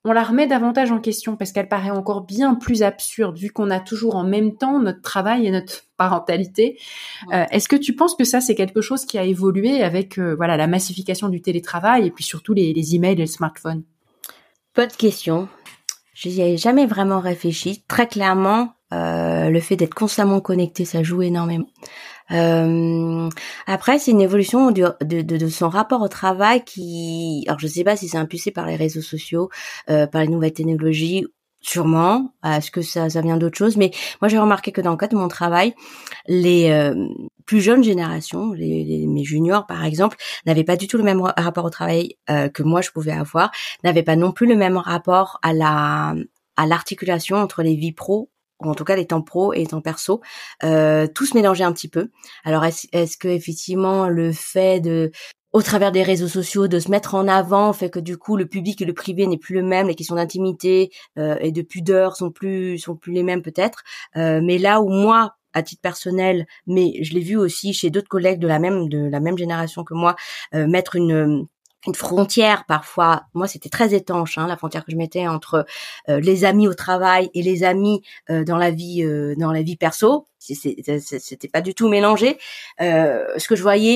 on la remet davantage en question parce qu'elle paraît encore bien plus absurde vu qu'on a toujours en même temps notre travail et notre parentalité. Euh, est-ce que tu penses que ça, c'est quelque chose qui a évolué avec euh, voilà la massification du télétravail et puis surtout les, les emails et le smartphone? Bonne question. Je n'y ai jamais vraiment réfléchi. Très clairement, euh, le fait d'être constamment connecté, ça joue énormément. Euh, après, c'est une évolution du, de, de, de son rapport au travail qui, alors je sais pas si c'est impulsé par les réseaux sociaux, euh, par les nouvelles technologies, sûrement. Est-ce que ça, ça vient d'autre chose? Mais moi, j'ai remarqué que dans le cadre de mon travail, les euh, plus jeunes générations, les, les, mes juniors par exemple, n'avaient pas du tout le même rapport au travail euh, que moi je pouvais avoir, n'avaient pas non plus le même rapport à la à l'articulation entre les vies pro, ou en tout cas les temps pro et les temps perso, euh, tout se mélangeait un petit peu. Alors est-ce, est-ce que effectivement le fait de au travers des réseaux sociaux, de se mettre en avant, fait que du coup le public et le privé n'est plus le même, les questions d'intimité euh, et de pudeur sont plus sont plus les mêmes peut-être. Euh, mais là où moi, à titre personnel, mais je l'ai vu aussi chez d'autres collègues de la même de la même génération que moi, euh, mettre une une frontière parfois. Moi, c'était très étanche, hein, la frontière que je mettais entre euh, les amis au travail et les amis euh, dans la vie euh, dans la vie perso. C'est, c'est, c'était pas du tout mélangé. Euh, ce que je voyais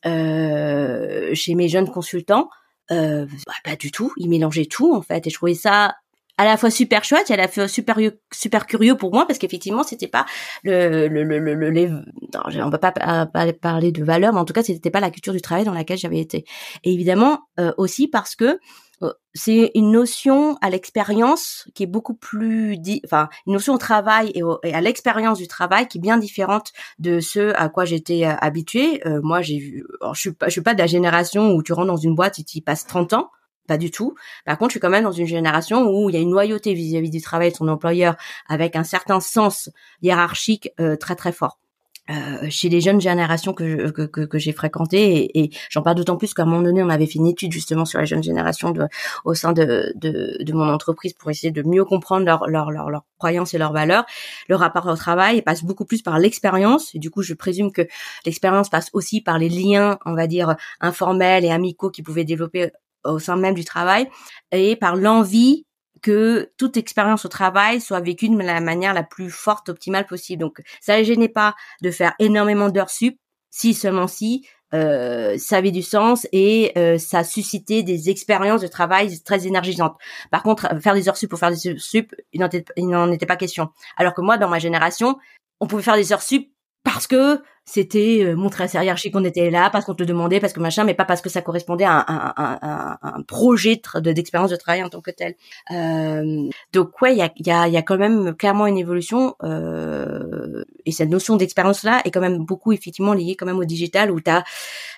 euh, chez mes jeunes consultants, euh, bah, pas du tout. Ils mélangeaient tout en fait, et je trouvais ça à la fois super chouette et à la fois super super curieux pour moi parce qu'effectivement c'était pas le le le, le les non, on peut pas, pas parler de valeurs, mais en tout cas c'était pas la culture du travail dans laquelle j'avais été. Et évidemment euh, aussi parce que euh, c'est une notion à l'expérience qui est beaucoup plus di- enfin une notion au travail et, au, et à l'expérience du travail qui est bien différente de ce à quoi j'étais euh, habituée. Euh, moi j'ai vu, alors, je suis pas je suis pas de la génération où tu rentres dans une boîte et tu y passes trente ans. Pas du tout. Par contre, je suis quand même dans une génération où il y a une loyauté vis-à-vis du travail de son employeur avec un certain sens hiérarchique euh, très très fort. Euh, chez les jeunes générations que, je, que, que, que j'ai fréquentées, et, et j'en parle d'autant plus qu'à un moment donné, on avait fait une étude justement sur les jeunes générations de, au sein de, de, de mon entreprise pour essayer de mieux comprendre leurs leur, leur, leur croyances et leurs valeurs. Le rapport au travail passe beaucoup plus par l'expérience, et du coup, je présume que l'expérience passe aussi par les liens, on va dire, informels et amicaux qu'ils pouvaient développer au sein même du travail, et par l'envie que toute expérience au travail soit vécue de la manière la plus forte, optimale possible. Donc, ça ne gênait pas de faire énormément d'heures sup, si seulement si euh, ça avait du sens et euh, ça suscitait des expériences de travail très énergisantes. Par contre, faire des heures sup pour faire des heures sup, il n'en était, il n'en était pas question. Alors que moi, dans ma génération, on pouvait faire des heures sup parce que c'était euh, montrer à sa hiérarchie qu'on était là, parce qu'on te le demandait, parce que machin, mais pas parce que ça correspondait à un, un, un, un, un projet de, d'expérience de travail en tant que tel. Euh, donc ouais, il y a, y, a, y a quand même clairement une évolution, euh, et cette notion d'expérience-là est quand même beaucoup effectivement liée quand même au digital, où tu as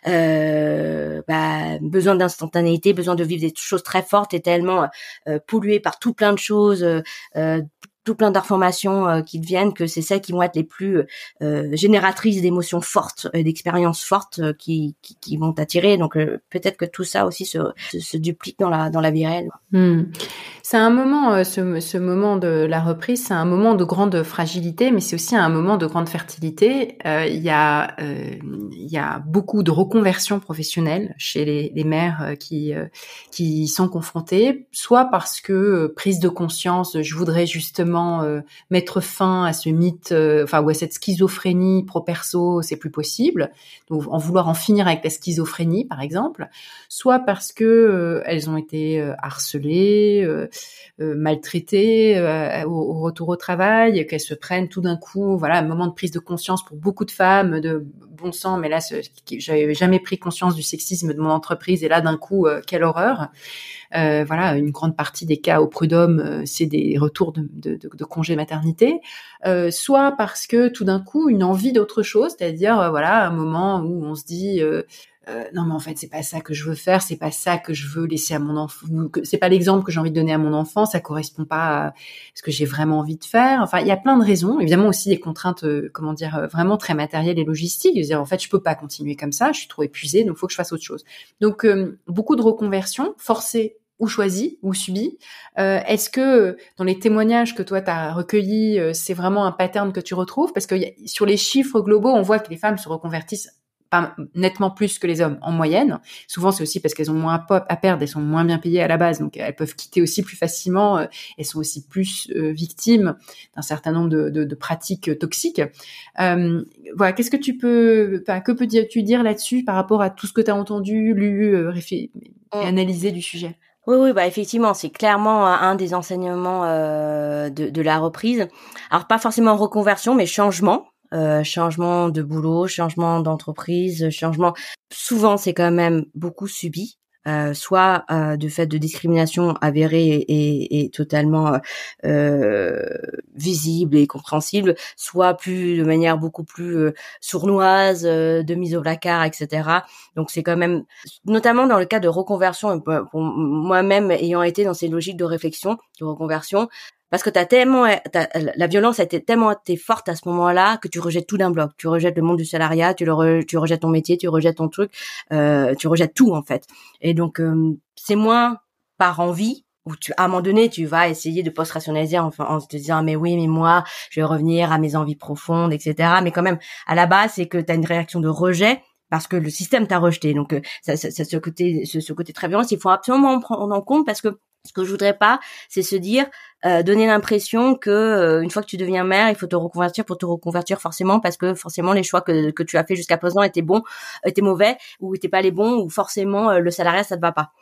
euh, bah, besoin d'instantanéité, besoin de vivre des choses très fortes, et tellement euh, pollué par tout plein de choses, euh, tout plein d'informations euh, qui deviennent que c'est celles qui vont être les plus euh, génératrices d'émotions fortes, euh, d'expériences fortes euh, qui, qui qui vont t'attirer. Donc euh, peut-être que tout ça aussi se, se, se duplique dans la dans la vie réelle. Hmm. C'est un moment, euh, ce, ce moment de la reprise, c'est un moment de grande fragilité, mais c'est aussi un moment de grande fertilité. Euh, il y a euh, il y a beaucoup de reconversions professionnelles chez les, les mères euh, qui euh, qui y sont confrontées, soit parce que euh, prise de conscience, je voudrais justement euh, mettre fin à ce mythe, euh, enfin ou à cette schizophrénie pro-perso, c'est plus possible, donc en vouloir en finir avec la schizophrénie par exemple, soit parce que euh, elles ont été euh, harcelées, euh, euh, maltraitées euh, au, au retour au travail, qu'elles se prennent tout d'un coup, voilà, un moment de prise de conscience pour beaucoup de femmes de bon sang, mais là, ce, j'avais jamais pris conscience du sexisme de mon entreprise, et là, d'un coup, euh, quelle horreur. Euh, voilà, une grande partie des cas au prud'homme, euh, c'est des retours de, de, de, de congé maternité, euh, soit parce que tout d'un coup, une envie d'autre chose, c'est-à-dire, euh, voilà, un moment où on se dit... Euh, Euh, non mais en fait c'est pas ça que je veux faire, c'est pas ça que je veux laisser à mon enfant, c'est pas l'exemple que j'ai envie de donner à mon enfant, ça correspond pas à ce que j'ai vraiment envie de faire. Enfin il y a plein de raisons, évidemment aussi des contraintes euh, comment dire euh, vraiment très matérielles et logistiques, de dire en fait je peux pas continuer comme ça, je suis trop épuisée, donc faut que je fasse autre chose. Donc euh, beaucoup de reconversions forcées ou choisies ou subies. Euh, est-ce que dans les témoignages que toi tu as recueillis, euh, c'est vraiment un pattern que tu retrouves, parce que y a, sur les chiffres globaux on voit que les femmes se reconvertissent pas nettement plus que les hommes en moyenne. Souvent, c'est aussi parce qu'elles ont moins à perdre, elles sont moins bien payées à la base, donc elles peuvent quitter aussi plus facilement. Elles sont aussi plus euh, victimes d'un certain nombre de, de, de pratiques toxiques. Euh, voilà, qu'est-ce que tu peux, enfin, que peux-tu dire là-dessus par rapport à tout ce que tu as entendu, lu, euh, réfé- et analysé du sujet? Oui, oui, bah effectivement, c'est clairement un des enseignements euh, de, de la reprise. Alors pas forcément reconversion, mais changement. Euh, changement de boulot, changement d'entreprise, changement. Souvent, c'est quand même beaucoup subi, euh, soit euh, de fait de discrimination avérée et, et, et totalement euh, visible et compréhensible, soit plus de manière beaucoup plus euh, sournoise, euh, de mise au placard, et cetera. Donc c'est quand même, notamment dans le cas de reconversion, pour moi-même ayant été dans ces logiques de réflexion, de reconversion. Parce que t'as tellement, t'as, la violence a été tellement été forte à ce moment-là que tu rejettes tout d'un bloc. Tu rejettes le monde du salariat, tu le, re, tu rejettes ton métier, tu rejettes ton truc, euh, tu rejettes tout en fait. Et donc euh, c'est moins par envie où tu, à un moment donné, tu vas essayer de post-rationaliser en, en te disant mais oui, mais moi, je vais revenir à mes envies profondes, et cetera. Mais quand même, à la base, c'est que t'as une réaction de rejet. Parce que le système t'a rejeté. Donc, ça, ça, ça, ce côté, ce, ce côté très violent, il faut absolument en prendre en compte parce que ce que je voudrais pas, c'est se dire, euh, donner l'impression que euh, une fois que tu deviens mère, il faut te reconvertir pour te reconvertir forcément parce que forcément les choix que que tu as fait jusqu'à présent étaient bons, étaient mauvais ou étaient pas les bons ou forcément euh, le salariat ça te va pas.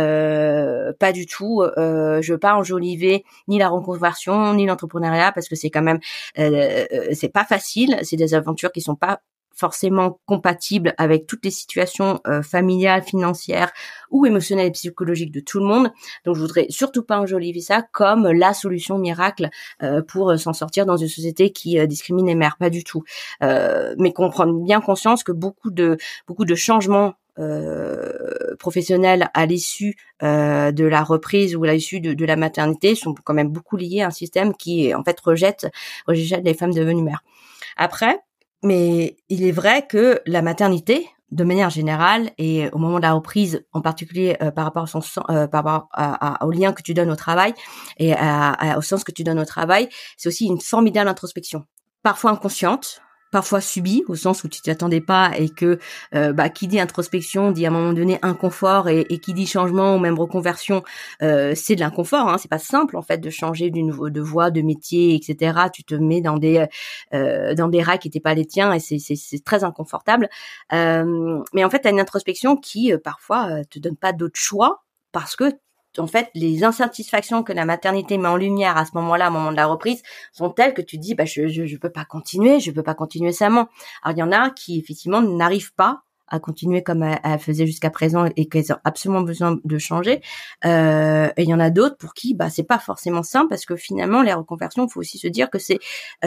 Euh, pas du tout. Euh, je veux pas enjoliver ni la reconversion ni l'entrepreneuriat parce que c'est quand même, euh, c'est pas facile. C'est des aventures qui sont pas forcément compatible avec toutes les situations euh, familiales, financières ou émotionnelles et psychologiques de tout le monde. Donc, je voudrais surtout pas enjoliver ça comme la solution miracle euh, pour euh, s'en sortir dans une société qui euh, discrimine les mères, pas du tout. Euh, mais qu'on prenne bien conscience que beaucoup de beaucoup de changements euh, professionnels à l'issue euh, de la reprise ou à l'issue de, de la maternité sont quand même beaucoup liés à un système qui en fait rejette rejette les femmes devenues mères. Après, mais il est vrai que la maternité, de manière générale, et au moment de la reprise, en particulier euh, par rapport à son, euh, par rapport à, à, au lien que tu donnes au travail et à, à, au sens que tu donnes au travail, c'est aussi une formidable introspection, parfois inconsciente, parfois subie, au sens où tu t'y attendais pas et que euh, bah qui dit introspection dit à un moment donné inconfort et, et qui dit changement ou même reconversion, euh, c'est de l'inconfort. Hein, c'est pas simple en fait de changer d'une de voie, de métier, et cetera. Tu te mets dans des euh, dans des rails qui n'étaient pas les tiens et c'est c'est, c'est très inconfortable. Euh, mais en fait, t'as une introspection qui euh, parfois euh, te donne pas d'autre choix parce que en fait, les insatisfactions que la maternité met en lumière à ce moment-là, au moment de la reprise, sont telles que tu te dis, bah, je, je, je peux pas continuer, je peux pas continuer seulement. Alors, il y en a qui, effectivement, n'arrivent pas à continuer comme elle, elle faisait jusqu'à présent et qu'elles ont absolument besoin de changer. Euh, et il y en a d'autres pour qui, bah, c'est pas forcément simple parce que finalement, les reconversions, il faut aussi se dire que c'est,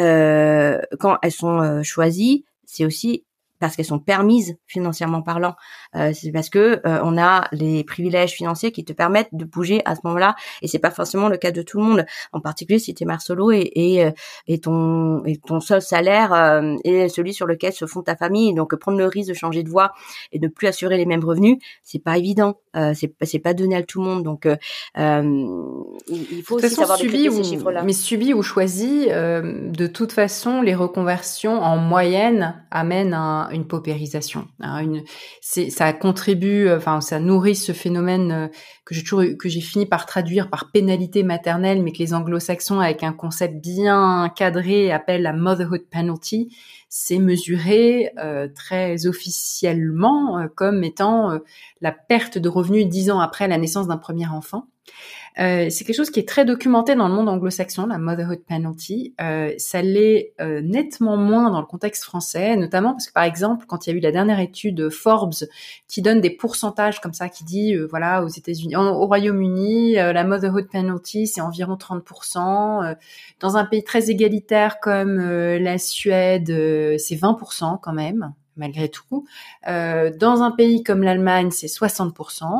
euh, quand elles sont euh, choisies, c'est aussi parce qu'elles sont permises financièrement parlant. Euh, c'est parce que euh, on a les privilèges financiers qui te permettent de bouger à ce moment-là, et c'est pas forcément le cas de tout le monde. En particulier si tu es mère solo et, et et ton et ton seul salaire euh, est celui sur lequel se fonde ta famille. Donc prendre le risque de changer de voie et de plus assurer les mêmes revenus, c'est pas évident. Euh, c'est c'est pas donné à tout le monde. Donc euh, il faut de toute aussi façon, savoir subi décrypter ou, ces chiffres-là. Mais subi ou choisi, euh, de toute façon, les reconversions en moyenne amènent un, une paupérisation. Hein, une, c'est, ça contribue, enfin, ça nourrit ce phénomène euh, que j'ai toujours, que j'ai fini par traduire par pénalité maternelle, mais que les Anglo-Saxons, avec un concept bien cadré, appellent la motherhood penalty. C'est mesuré euh, très officiellement euh, comme étant euh, la perte de revenus dix ans après la naissance d'un premier enfant. Euh, c'est quelque chose qui est très documenté dans le monde anglo-saxon, la motherhood penalty. Euh, ça l'est euh, nettement moins dans le contexte français, notamment parce que, par exemple, quand il y a eu la dernière étude Forbes qui donne des pourcentages comme ça, qui dit, euh, voilà, aux États-Unis, au Royaume-Uni, euh, la motherhood penalty, c'est environ trente pour cent. Euh, dans un pays très égalitaire comme euh, la Suède, euh, c'est vingt pour cent quand même, malgré tout. Euh, dans un pays comme l'Allemagne, c'est soixante pour cent.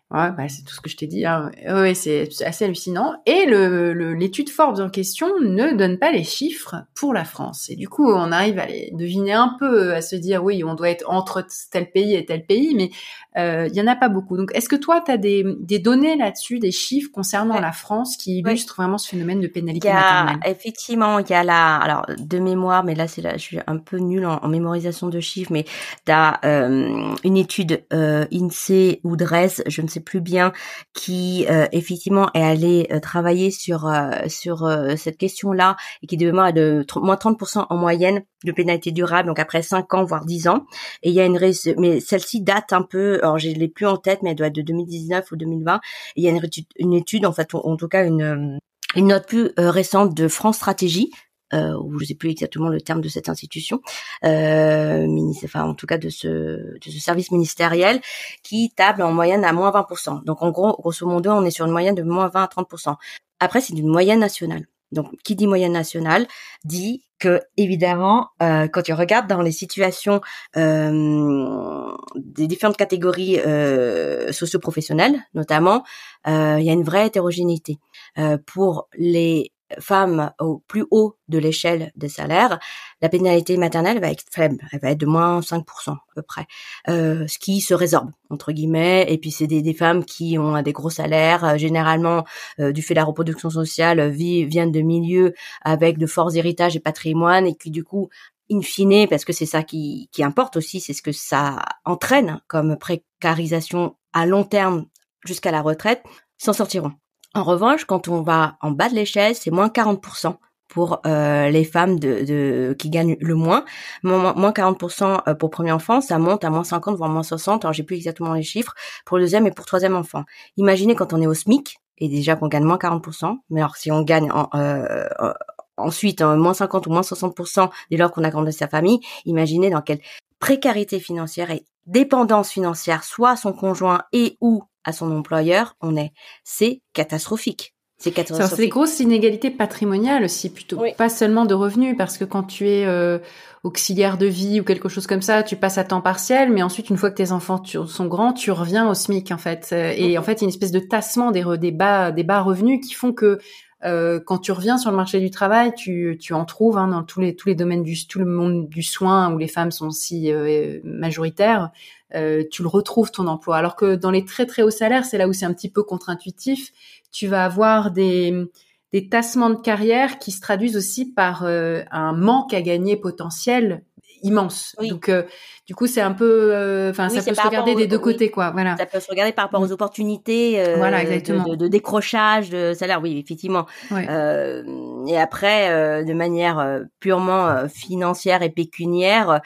Ouais, bah, c'est tout ce que je t'ai dit. Hein. Ouais, c'est assez hallucinant. Et le, le, l'étude Forbes en question ne donne pas les chiffres pour la France. Et du coup, on arrive à les deviner un peu, à se dire, oui, on doit être entre tel pays et tel pays, mais euh, il y en a pas beaucoup. Donc, est-ce que toi, tu as des, des données là-dessus, des chiffres concernant Ouais. la France qui Ouais. illustrent vraiment ce phénomène de Il pénalité y a maternelle? effectivement, il y a la, alors de mémoire, mais là c'est là, je suis un peu nulle en, en mémorisation de chiffres, mais t'as euh, une étude euh, INSEE ou DREES, je ne sais plus bien, qui euh, effectivement est allée euh, travailler sur euh, sur euh, cette question-là et qui de mémoire est de tr- moins trente pour cent en moyenne de pénalité durable, donc après cinq ans voire dix ans. Et il y a une rés- mais celle-ci date un peu, alors je l'ai plus en tête, mais elle doit être de deux mille dix-neuf ou deux mille vingt. Et il y a une étude, une étude en fait, en, en tout cas une une note plus euh, récente de France Stratégie, euh, ou je sais plus exactement le terme de cette institution, euh, ministère, enfin en tout cas de ce de ce service ministériel, qui table en moyenne à moins vingt pour cent. Donc en gros, grosso modo, on est sur une moyenne de moins vingt à trente pour cent. Après, c'est une moyenne nationale. Donc, qui dit moyenne nationale dit que évidemment, euh, quand tu regardes dans les situations euh, des différentes catégories euh, socio-professionnelles, notamment, euh, il y a une vraie hétérogénéité. Euh, pour les femmes au plus haut de l'échelle des salaires, la pénalité maternelle va être faible, elle va être de moins cinq pour cent à peu près, euh, ce qui se résorbe entre guillemets. Et puis c'est des, des femmes qui ont des gros salaires, euh, généralement euh, du fait de la reproduction sociale, vie, viennent de milieux avec de forts héritages et patrimoines, et qui du coup, in fine, parce que c'est ça qui, qui importe aussi, c'est ce que ça entraîne comme précarisation à long terme jusqu'à la retraite, s'en sortiront. En revanche, quand on va en bas de l'échelle, c'est moins quarante pour cent pour euh, les femmes de, de qui gagnent le moins. Moins, moins quarante pour cent pour premier enfant, ça monte à moins cinquante, voire moins soixante. Alors, j'ai plus exactement les chiffres pour le deuxième et pour le troisième enfant. Imaginez quand on est au SMIC, et déjà qu'on gagne moins quarante pour cent, mais alors si on gagne en, euh, euh, ensuite hein, moins cinquante ou moins soixante pour cent dès lors qu'on a grandi sa famille, imaginez dans quelle précarité financière et dépendance financière, soit à son conjoint et ou à son employeur, on est. C'est catastrophique. C'est catastrophique. C'est des grosses inégalités patrimoniales aussi, plutôt oui. Pas seulement de revenus, parce que quand tu es euh, auxiliaire de vie ou quelque chose comme ça, tu passes à temps partiel, mais ensuite, une fois que tes enfants tu, sont grands, tu reviens au SMIC, en fait. Et mmh. en fait, il y a une espèce de tassement des, des, bas, des bas revenus qui font que euh, quand tu reviens sur le marché du travail, tu, tu en trouves hein, dans tous les, tous les domaines du tout le monde du soin où les femmes sont si euh, majoritaires. Euh, tu le retrouves ton emploi. Alors que dans les très très hauts salaires, c'est là où c'est un petit peu contre-intuitif. Tu vas avoir des, des tassements de carrière qui se traduisent aussi par euh, un manque à gagner potentiel immense. Oui. Donc, euh, du coup, c'est un peu, enfin, euh, oui, ça peut se regarder aux, des deux oui. côtés, quoi. Voilà. Ça peut se regarder par rapport aux opportunités euh, voilà, exactement. De, de, de décrochage de salaire. Oui, effectivement. Ouais. Euh, et après, euh, de manière euh, purement euh, financière et pécuniaire,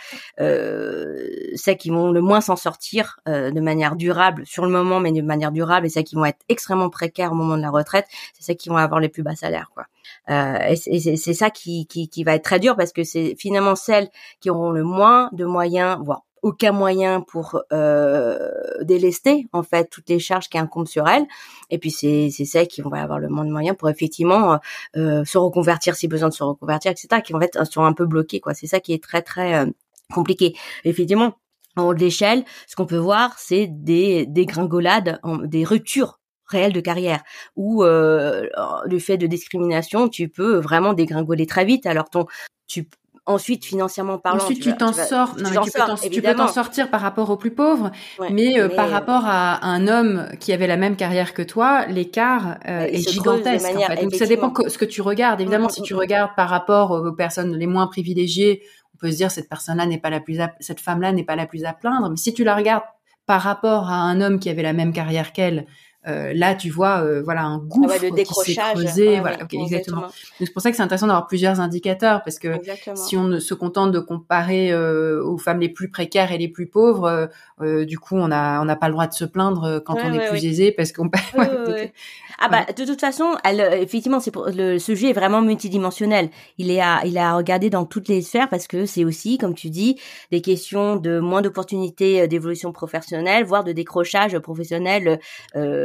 euh, celles qui vont le moins s'en sortir euh, de manière durable sur le moment, mais de manière durable, et celles qui vont être extrêmement précaires au moment de la retraite, c'est celles qui vont avoir les plus bas salaires, quoi. Euh, et c'est, et c'est ça qui, qui, qui va être très dur, parce que c'est finalement celles qui auront le moins de moyens, voire aucun moyen pour euh, délester en fait toutes les charges qui incombent sur elles. Et puis c'est c'est celles qui vont avoir le moins de moyens pour effectivement euh, se reconvertir si besoin de se reconvertir, et cetera. Qui vont être sont un peu bloquées, quoi. C'est ça qui est très très euh, compliqué. Effectivement, en haut de l'échelle, ce qu'on peut voir, c'est des dégringolades, des ruptures réel de carrière, où euh, du fait de discrimination, tu peux vraiment dégringoler très vite. Alors ton, tu ensuite financièrement parlant, ensuite tu, tu t'en vas, sors, tu, non, tu, mais tu, sors, peux t'en, tu peux t'en sortir par rapport aux plus pauvres, ouais, mais, euh, mais par rapport à un homme qui avait la même carrière que toi, l'écart euh, est gigantesque. En fait. Donc ça dépend de ce que tu regardes. Évidemment, mmh, si mmh, tu mmh. regardes par rapport aux personnes les moins privilégiées, on peut se dire cette personne-là n'est pas la plus, à, cette femme-là n'est pas la plus à plaindre. Mais si tu la regardes par rapport à un homme qui avait la même carrière qu'elle, Euh, là, tu vois, euh, voilà, un gouffre ah ouais, qui s'est creusé. Ouais, voilà, oui, okay, exactement. Donc c'est pour ça que c'est intéressant d'avoir plusieurs indicateurs, parce que exactement. Si on ne se contente de comparer euh, aux femmes les plus précaires et les plus pauvres, euh, euh, du coup, on a on n'a pas le droit de se plaindre quand ouais, on est ouais, plus ouais. aisé, parce qu'on. Ouais, ouais, ouais. Ah bah de toute façon, elle, effectivement, c'est pour, le sujet est vraiment multidimensionnel. Il est à il est à regarder dans toutes les sphères, parce que c'est aussi, comme tu dis, des questions de moins d'opportunités d'évolution professionnelle, voire de décrochage professionnel. Euh,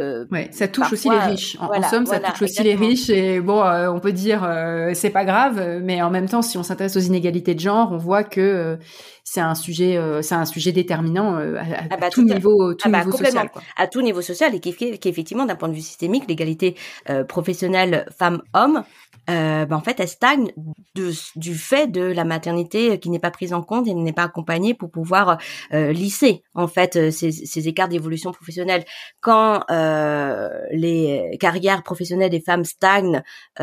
euh, ouais, ça touche parfois, aussi les riches. En, voilà, en somme, voilà, ça touche aussi exactement. les riches. Et bon, euh, on peut dire euh, c'est pas grave, mais en même temps, si on s'intéresse aux inégalités de genre, on voit que euh, c'est un sujet, euh, c'est un sujet déterminant euh, à, à, Ah à bah tout tout à, niveau, tout ah bah niveau complètement, social, quoi. à tout niveau social et qu'effectivement d'un point de vue systémique, l'égalité euh, professionnelle femmes-hommes, euh, bah en fait, elle stagne de, du fait de la maternité qui n'est pas prise en compte et n'est pas accompagnée pour pouvoir euh, lisser en fait ces, ces écarts d'évolution professionnelle. Quand euh, les carrières professionnelles des femmes stagnent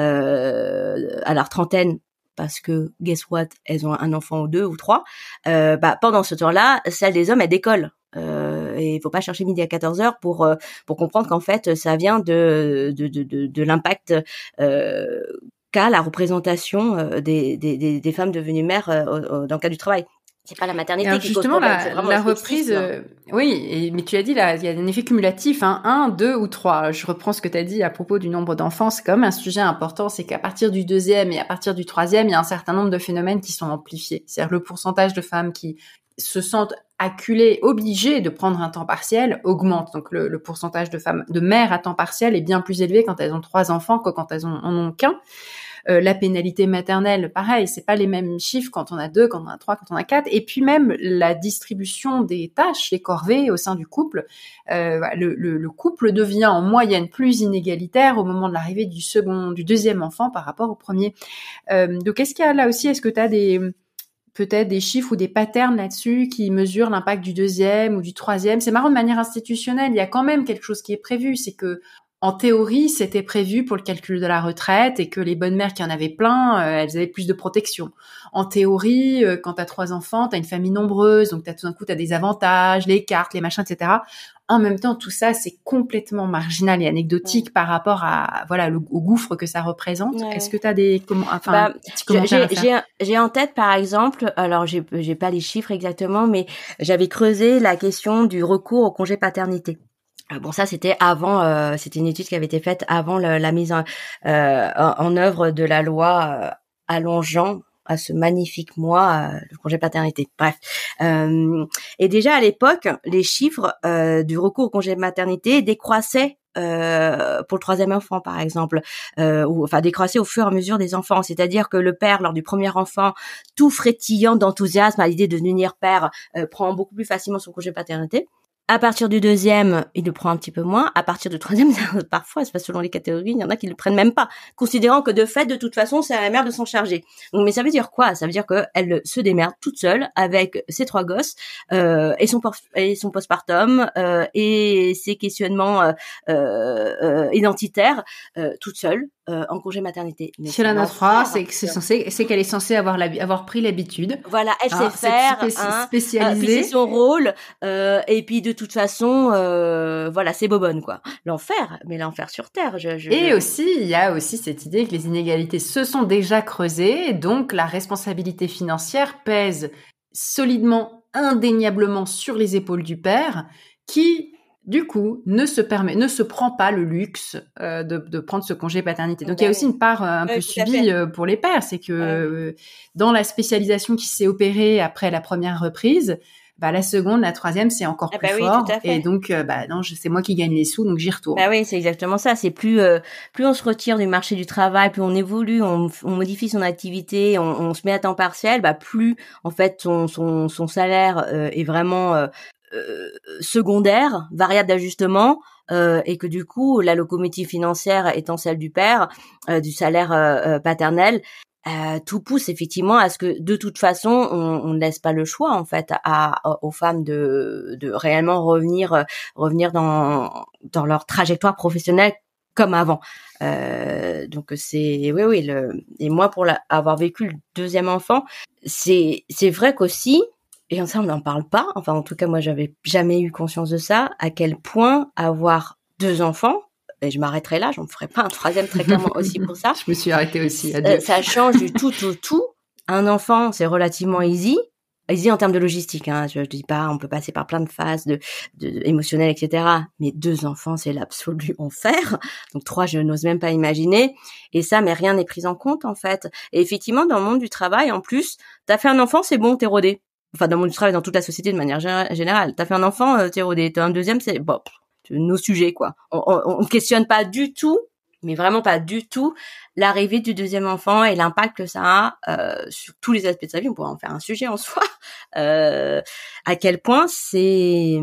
euh, à leur trentaine, parce que guess what, elles ont un enfant ou deux ou trois, euh, bah pendant ce temps-là, celle des hommes elle décolle. Euh, et il faut pas chercher midi à quatorze heures pour euh, pour comprendre qu'en fait ça vient de de de de, de l'impact euh, qu'a la représentation euh, des, des des des femmes devenues mères euh, dans le cadre du travail. C'est pas la Et maternité alors qui cause justement, problème, c'est la, vraiment le la reprise, sexisme. euh, oui, et, mais tu as dit là, il y a un effet cumulatif, hein, un, deux ou trois. Je reprends ce que tu as dit à propos du nombre d'enfants, c'est quand même un sujet important, c'est qu'à partir du deuxième et à partir du troisième, il y a un certain nombre de phénomènes qui sont amplifiés. C'est-à-dire le pourcentage de femmes qui se sentent acculées, obligées de prendre un temps partiel augmente. Donc le, le pourcentage de femmes, de mères à temps partiel est bien plus élevé quand elles ont trois enfants que quand elles en ont qu'un. Euh, la pénalité maternelle, pareil, c'est pas les mêmes chiffres quand on a deux, quand on a trois, quand on a quatre. Et puis même la distribution des tâches, les corvées au sein du couple, euh, le, le, le couple devient en moyenne plus inégalitaire au moment de l'arrivée du second, du deuxième enfant par rapport au premier. Euh, donc est-ce qu'il y a là aussi, est-ce que tu as des peut-être des chiffres ou des patterns là-dessus qui mesurent l'impact du deuxième ou du troisième? C'est marrant, de manière institutionnelle, il y a quand même quelque chose qui est prévu, c'est que en théorie, c'était prévu pour le calcul de la retraite et que les bonnes mères qui en avaient plein, euh, elles avaient plus de protection. En théorie, euh, quand t'as trois enfants, t'as une famille nombreuse, donc t'as tout d'un coup t'as des avantages, les cartes, les machins, et cetera. En même temps, tout ça, c'est complètement marginal et anecdotique ouais. par rapport à voilà le, au gouffre que ça représente. Ouais. Est-ce que t'as des comment, enfin bah, petits commentaires à faire? J'ai, j'ai en tête par exemple, alors j'ai j'ai pas les chiffres exactement, mais j'avais creusé la question du recours au congé paternité. Bon, ça c'était avant, euh, c'était une étude qui avait été faite avant le, la mise en, euh, en œuvre de la loi euh, allongeant à ce magnifique mois euh, le congé paternité. Bref, euh, et déjà à l'époque, les chiffres euh, du recours au congé maternité décroissaient. Euh, pour le troisième enfant par exemple, euh, ou enfin décroissaient au fur et à mesure des enfants, c'est-à-dire que le père lors du premier enfant, tout frétillant d'enthousiasme à l'idée de devenir père, euh, prend beaucoup plus facilement son congé paternité. À partir du deuxième, il le prend un petit peu moins. À partir du troisième, parfois, c'est pas selon les catégories, il y en a qui le prennent même pas, considérant que de fait, de toute façon, c'est à la mère de s'en charger. Donc, mais ça veut dire quoi? Ça veut dire qu'elle se démerde toute seule avec ses trois gosses euh, et son et son postpartum euh, et ses questionnements euh, euh, identitaires euh, toute seule. Euh, en congé maternité. Mais si elle en a trois, c'est que c'est censé, c'est qu'elle est censée avoir la, avoir pris l'habitude. Voilà, elle hein, sait faire, spé- hein, spécialisée. Euh, puis c'est son rôle, euh, et puis de toute façon, euh, voilà, c'est bobonne quoi. L'enfer, mais l'enfer sur terre. Je, je, et je... aussi, il y a aussi cette idée que les inégalités se sont déjà creusées, donc la responsabilité financière pèse solidement, indéniablement sur les épaules du père, qui du coup, ne se permet, ne se prend pas le luxe euh, de, de prendre ce congé paternité. Donc, ben il y a aussi oui. une part euh, un oui, peu subie euh, pour les pères, c'est que euh, dans la spécialisation qui s'est opérée après la première reprise, bah la seconde, la troisième, c'est encore ah plus bah oui, fort. Tout à fait. Et donc, euh, bah non, je, c'est moi qui gagne les sous, donc j'y retourne. Bah oui, c'est exactement ça. C'est plus euh, plus on se retire du marché du travail, plus on évolue, on, on modifie son activité, on, on se met à temps partiel, bah plus en fait son son, son salaire euh, est vraiment euh, Euh, secondaire, variable d'ajustement, euh, et que du coup la locomotive financière étant celle du père, euh, du salaire euh, paternel, euh, tout pousse effectivement à ce que de toute façon on, on ne laisse pas le choix en fait à, à, aux femmes de, de réellement revenir revenir dans dans leur trajectoire professionnelle comme avant. Euh, donc c'est oui oui le et moi pour la, avoir vécu le deuxième enfant, c'est c'est vrai qu'aussi et ça, on n'en parle pas. Enfin, en tout cas, moi, j'avais jamais eu conscience de ça. À quel point avoir deux enfants, et je m'arrêterai là, j'en ferai pas un troisième très clairement aussi pour ça. Je me suis arrêtée aussi à deux. Euh, ça change du tout au tout, tout. Un enfant, c'est relativement easy. Easy en termes de logistique, hein. Je, je dis pas, on peut passer par plein de phases de, de, de émotionnelles, et cetera. Mais deux enfants, c'est l'absolu enfer. Donc trois, je n'ose même pas imaginer. Et ça, mais rien n'est pris en compte, en fait. Et effectivement, dans le monde du travail, en plus, t'as fait un enfant, c'est bon, t'es rodé. Enfin, dans le monde du travail, dans toute la société de manière générale. T'as fait un enfant, euh, t'es rodé. T'as un deuxième, c'est bon. de nos sujets, quoi. On, on, on questionne pas du tout, mais vraiment pas du tout, l'arrivée du deuxième enfant et l'impact que ça a euh, sur tous les aspects de sa vie. On pourrait en faire un sujet en soi. Euh, à quel point c'est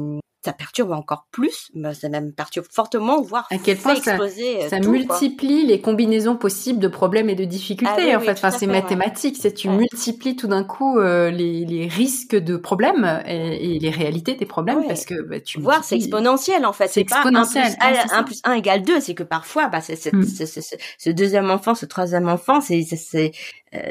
ça perturbe encore plus, bah, ça même perturbe fortement, voire à quel point ça, exploser ça tout, multiplie quoi. les combinaisons possibles de problèmes et de difficultés. Ah, oui, en oui, fait, enfin, c'est fait, mathématique. Ouais. C'est tu ouais. multiplies tout d'un coup euh, les, les risques de problèmes et, et les réalités des problèmes ouais. parce que bah, tu voir c'est exponentiel en fait. C'est, c'est exponentiel. Pas un plus, ouais, un, un plus un égale deux. C'est que parfois, bah, c'est, c'est, hmm. c'est, c'est, c'est, ce deuxième enfant, ce troisième enfant, c'est, c'est, c'est, euh,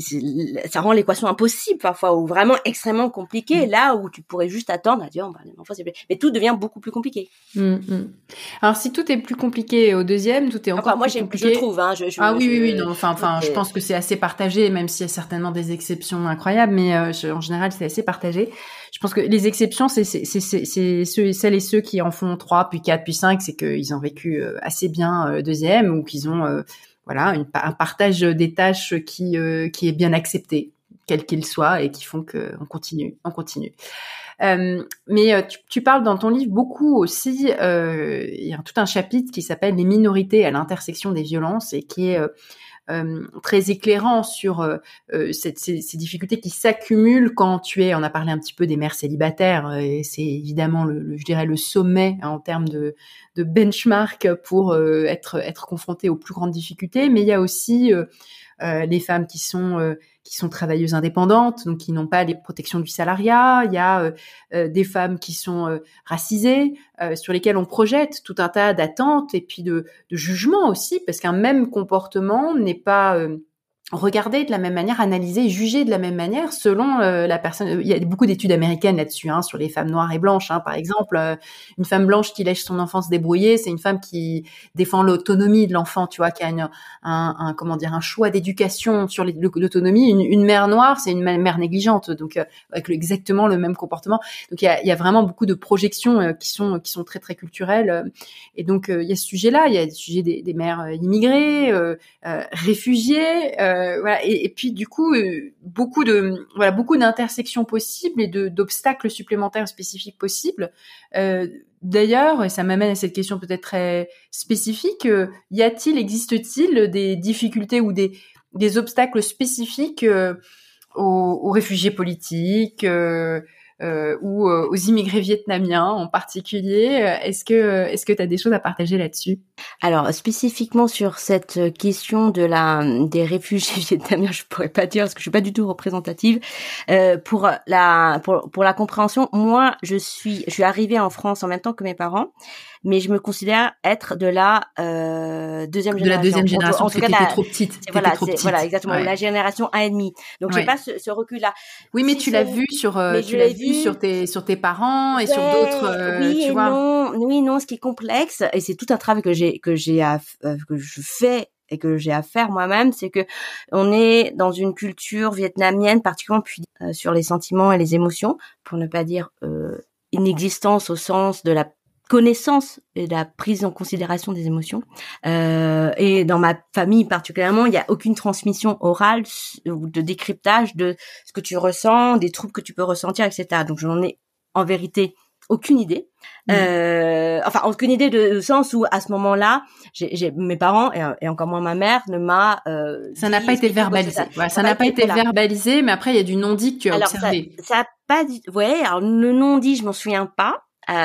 c'est ça rend l'équation impossible parfois ou vraiment extrêmement compliquée. Hmm. Là où tu pourrais juste attendre à dire, oh, bah, l'enfant c'est plus... mais tout devient beaucoup plus compliqué. Hmm, hmm. Alors si tout est plus compliqué au deuxième, tout est encore enfin, moi, plus j'ai, compliqué. Je trouve. Hein, je, je, ah oui, je, oui, oui. Non, enfin, enfin, je pense que c'est assez partagé, même s'il y a certainement des exceptions incroyables, mais euh, je, en général, c'est assez partagé. Je pense que les exceptions, c'est, c'est, c'est, c'est, c'est ceux, celles et ceux qui en font trois, puis quatre, puis cinq, c'est qu'ils ont vécu assez bien euh, deuxième ou qu'ils ont, euh, voilà, une, un partage des tâches qui, euh, qui est bien accepté, quel qu'il soit, et qui font qu'on continue, on continue. Euh, mais euh, tu, tu parles dans ton livre beaucoup aussi, euh, il y a tout un chapitre qui s'appelle « Les minorités à l'intersection des violences » et qui est euh, euh, très éclairant sur euh, cette, ces, ces difficultés qui s'accumulent quand tu es, on a parlé un petit peu des mères célibataires, et c'est évidemment, le, le, je dirais, le sommet hein, en termes de, de benchmark pour euh, être, être confronté aux plus grandes difficultés, mais il y a aussi euh, euh, les femmes qui sont... Euh, qui sont travailleuses indépendantes, donc qui n'ont pas les protections du salariat. Il y a euh, euh, des femmes qui sont euh, racisées, euh, sur lesquelles on projette tout un tas d'attentes et puis de, de jugements aussi, parce qu'un même comportement n'est pas euh, regardé de la même manière, analysé, jugé de la même manière selon euh, la personne. Il y a beaucoup d'études américaines là-dessus, hein, sur les femmes noires et blanches. Hein, par exemple, euh, une femme blanche qui laisse son enfant se débrouiller, c'est une femme qui défend l'autonomie de l'enfant, tu vois, qui a une, un, un, comment dire, un choix d'éducation sur l'autonomie. Une, une mère noire, c'est une mère négligente, donc euh, avec exactement le même comportement. Donc il y a, il y a vraiment beaucoup de projections euh, qui sont qui sont très très culturelles. Euh, et donc euh, il y a ce sujet-là, il y a le sujet des, des mères immigrées, euh, euh, réfugiées. Euh, Euh, voilà, et, et puis du coup euh, beaucoup de voilà beaucoup d'intersections possibles et de d'obstacles supplémentaires spécifiques possibles. Euh, d'ailleurs, et ça m'amène à cette question peut-être très spécifique, euh, y a-t-il, existe-t-il des difficultés ou des des obstacles spécifiques euh, aux, aux réfugiés politiques euh, euh, ou euh, aux immigrés vietnamiens en particulier? Est-ce que est-ce que tu as des choses à partager là-dessus? Alors, spécifiquement sur cette question de la des réfugiés vietnamiens, je pourrais pas dire parce que je suis pas du tout représentative. Euh, pour la pour pour la compréhension, moi, je suis je suis arrivée en France en même temps que mes parents, mais je me considère être de la euh, deuxième de génération. la deuxième génération, en tout parce que cas, t'étais trop petite. Voilà, trop petite. voilà, exactement, ouais. la génération un et demi. Donc ouais. j'ai pas ce, ce recul-là. Oui, mais si tu l'as vu sur, euh, tu l'as vu, vu sur tes sur tes parents et ouais, sur d'autres. Euh, oui tu et vois. non, oui non, ce qui est complexe et c'est tout un travail que j'ai que j'ai à euh, que je fais et que j'ai à faire moi-même, c'est que on est dans une culture vietnamienne particulièrement puis euh, sur les sentiments et les émotions, pour ne pas dire euh, inexistence au sens de la connaissance et de la prise en considération des émotions. Euh, et dans ma famille particulièrement, il n'y a aucune transmission orale ou de décryptage de ce que tu ressens, des troubles que tu peux ressentir, et cetera. Donc je n'en ai en vérité aucune idée. Mmh. Euh, enfin, aucune idée de, de sens où à ce moment-là, j'ai, j'ai mes parents et, et encore moins ma mère ne m'a. Euh, ça n'a pas été verbalisé. Ça, voilà, ça, ça n'a pas été, été verbalisé, mais après il y a du non-dit que tu as alors, observé. Ça, ça a pas dit. Ouais, alors le non-dit, je m'en souviens pas.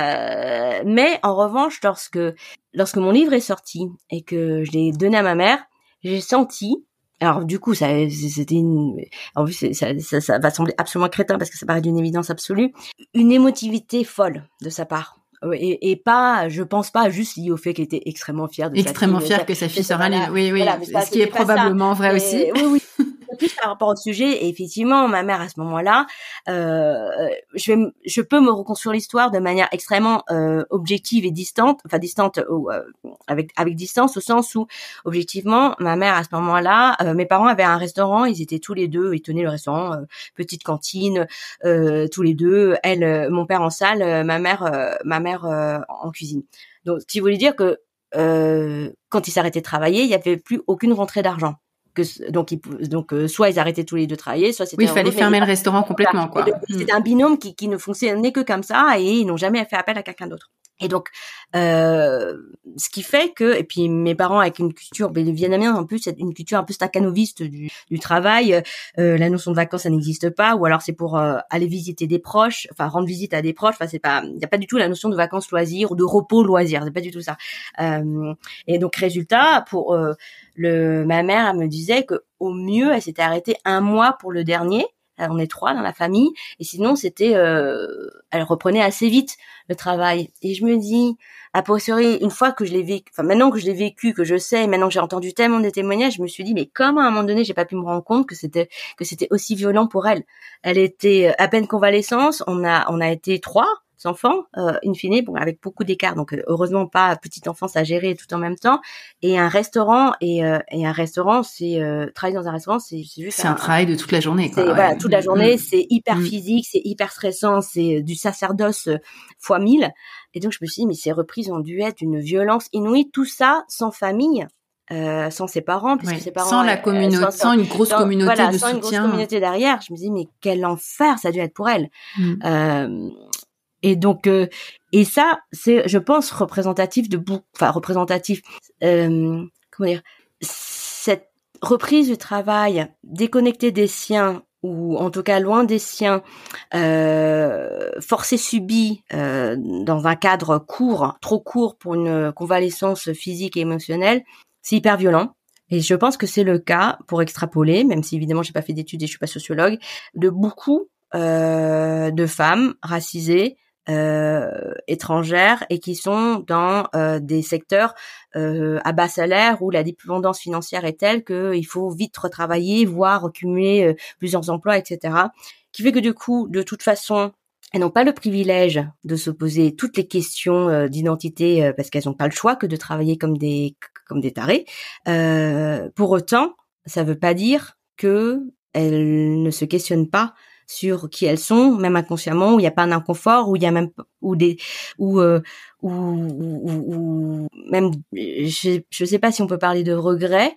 Euh, mais en revanche, lorsque lorsque mon livre est sorti et que je l'ai donné à ma mère, j'ai senti. Alors du coup, ça c'était une. En plus, ça, ça, ça va sembler absolument crétin parce que ça paraît d'une évidence absolue. Une émotivité folle de sa part. Et, et pas, je pense pas juste lié au fait qu'elle était extrêmement fière de extrêmement sa fille. fière ça, que sa fille sera voilà, oui, oui. Voilà, ce ça, qui est probablement ça. vrai mais, aussi. Oui, oui. Plus par rapport au sujet, et effectivement, ma mère à ce moment-là, euh, je vais, je peux me reconstruire l'histoire de manière extrêmement euh, objective et distante, enfin distante ou euh, avec avec distance au sens où objectivement, ma mère à ce moment-là, euh, mes parents avaient un restaurant, ils étaient tous les deux, ils tenaient le restaurant, euh, petite cantine, euh, tous les deux, elle, euh, mon père en salle, euh, ma mère, euh, ma mère euh, en cuisine. Donc, ce qui voulait dire que euh, quand ils s'arrêtaient de travailler, il y avait plus aucune rentrée d'argent. Que, donc, ils, donc euh, soit ils arrêtaient tous les deux de travailler, soit c'était oui, il fallait fermer le restaurant complètement, quoi. C'était un binôme qui, qui ne fonctionnait que comme ça et ils n'ont jamais fait appel à quelqu'un d'autre. Et donc, euh, ce qui fait que, et puis mes parents avec une culture, ben, les Vietnamiens en plus, c'est une culture un peu stakhanoviste du, du travail. Euh, la notion de vacances, ça n'existe pas, ou alors c'est pour euh, aller visiter des proches, enfin rendre visite à des proches. Enfin, c'est pas, il y a pas du tout la notion de vacances loisirs ou de repos loisirs. C'est pas du tout ça. Euh, et donc, résultat, pour euh, le, ma mère, elle me disait que au mieux, elle s'était arrêtée un mois pour le dernier. On est trois dans la famille, et sinon c'était, euh, elle reprenait assez vite le travail. Et je me dis, a posteriori, une fois que je l'ai vécu, enfin maintenant que je l'ai vécu, que je sais, maintenant que j'ai entendu tellement de témoignages, je me suis dit, mais comment à un moment donné j'ai pas pu me rendre compte que c'était que c'était aussi violent pour elle. Elle était à peine convalescence, on a on a été trois enfants, euh, in fine, bon, avec beaucoup d'écart, donc heureusement pas petite enfance à gérer tout en même temps, et un restaurant, et, euh, et un restaurant, c'est euh, travailler dans un restaurant, c'est, c'est juste c'est un, un travail de toute la journée, quoi. C'est, Ouais. Voilà, toute la journée, mmh. c'est hyper mmh. physique, c'est hyper stressant, c'est du sacerdoce fois mille, et donc je me suis dit, mais ces reprises ont dû être d'une violence inouïe, tout ça sans famille. Euh, sans ses parents, puisque Oui. ses parents sans la communauté, sans, sans une grosse sans, communauté voilà, de sans soutien, une grosse communauté derrière. Je me dis mais quel enfer ça a dû être pour elle. Mmh. Euh, et donc euh, et ça c'est, je pense, représentatif de beaucoup, enfin représentatif. Euh, comment dire, cette reprise du travail déconnectée des siens, ou en tout cas loin des siens, euh, forcée subie, euh, dans un cadre court, trop court pour une convalescence physique et émotionnelle, c'est hyper violent. Et je pense que c'est le cas, pour extrapoler, même si évidemment j'ai pas fait d'études et je suis pas sociologue, de beaucoup euh, de femmes racisées, euh, étrangères, et qui sont dans euh, des secteurs euh, à bas salaire où la dépendance financière est telle qu'il faut vite retravailler, voire cumuler euh, plusieurs emplois, et cetera. Qui fait que du coup, de toute façon, elles n'ont pas le privilège de se poser toutes les questions euh, d'identité, euh, parce qu'elles n'ont pas le choix que de travailler comme des comme des tarés. Euh, pour autant, ça veut pas dire que elles ne se questionnent pas sur qui elles sont, même inconsciemment, où il n'y a pas un inconfort, où il y a même ou des ou euh, ou, ou, ou même je je sais pas si on peut parler de regret,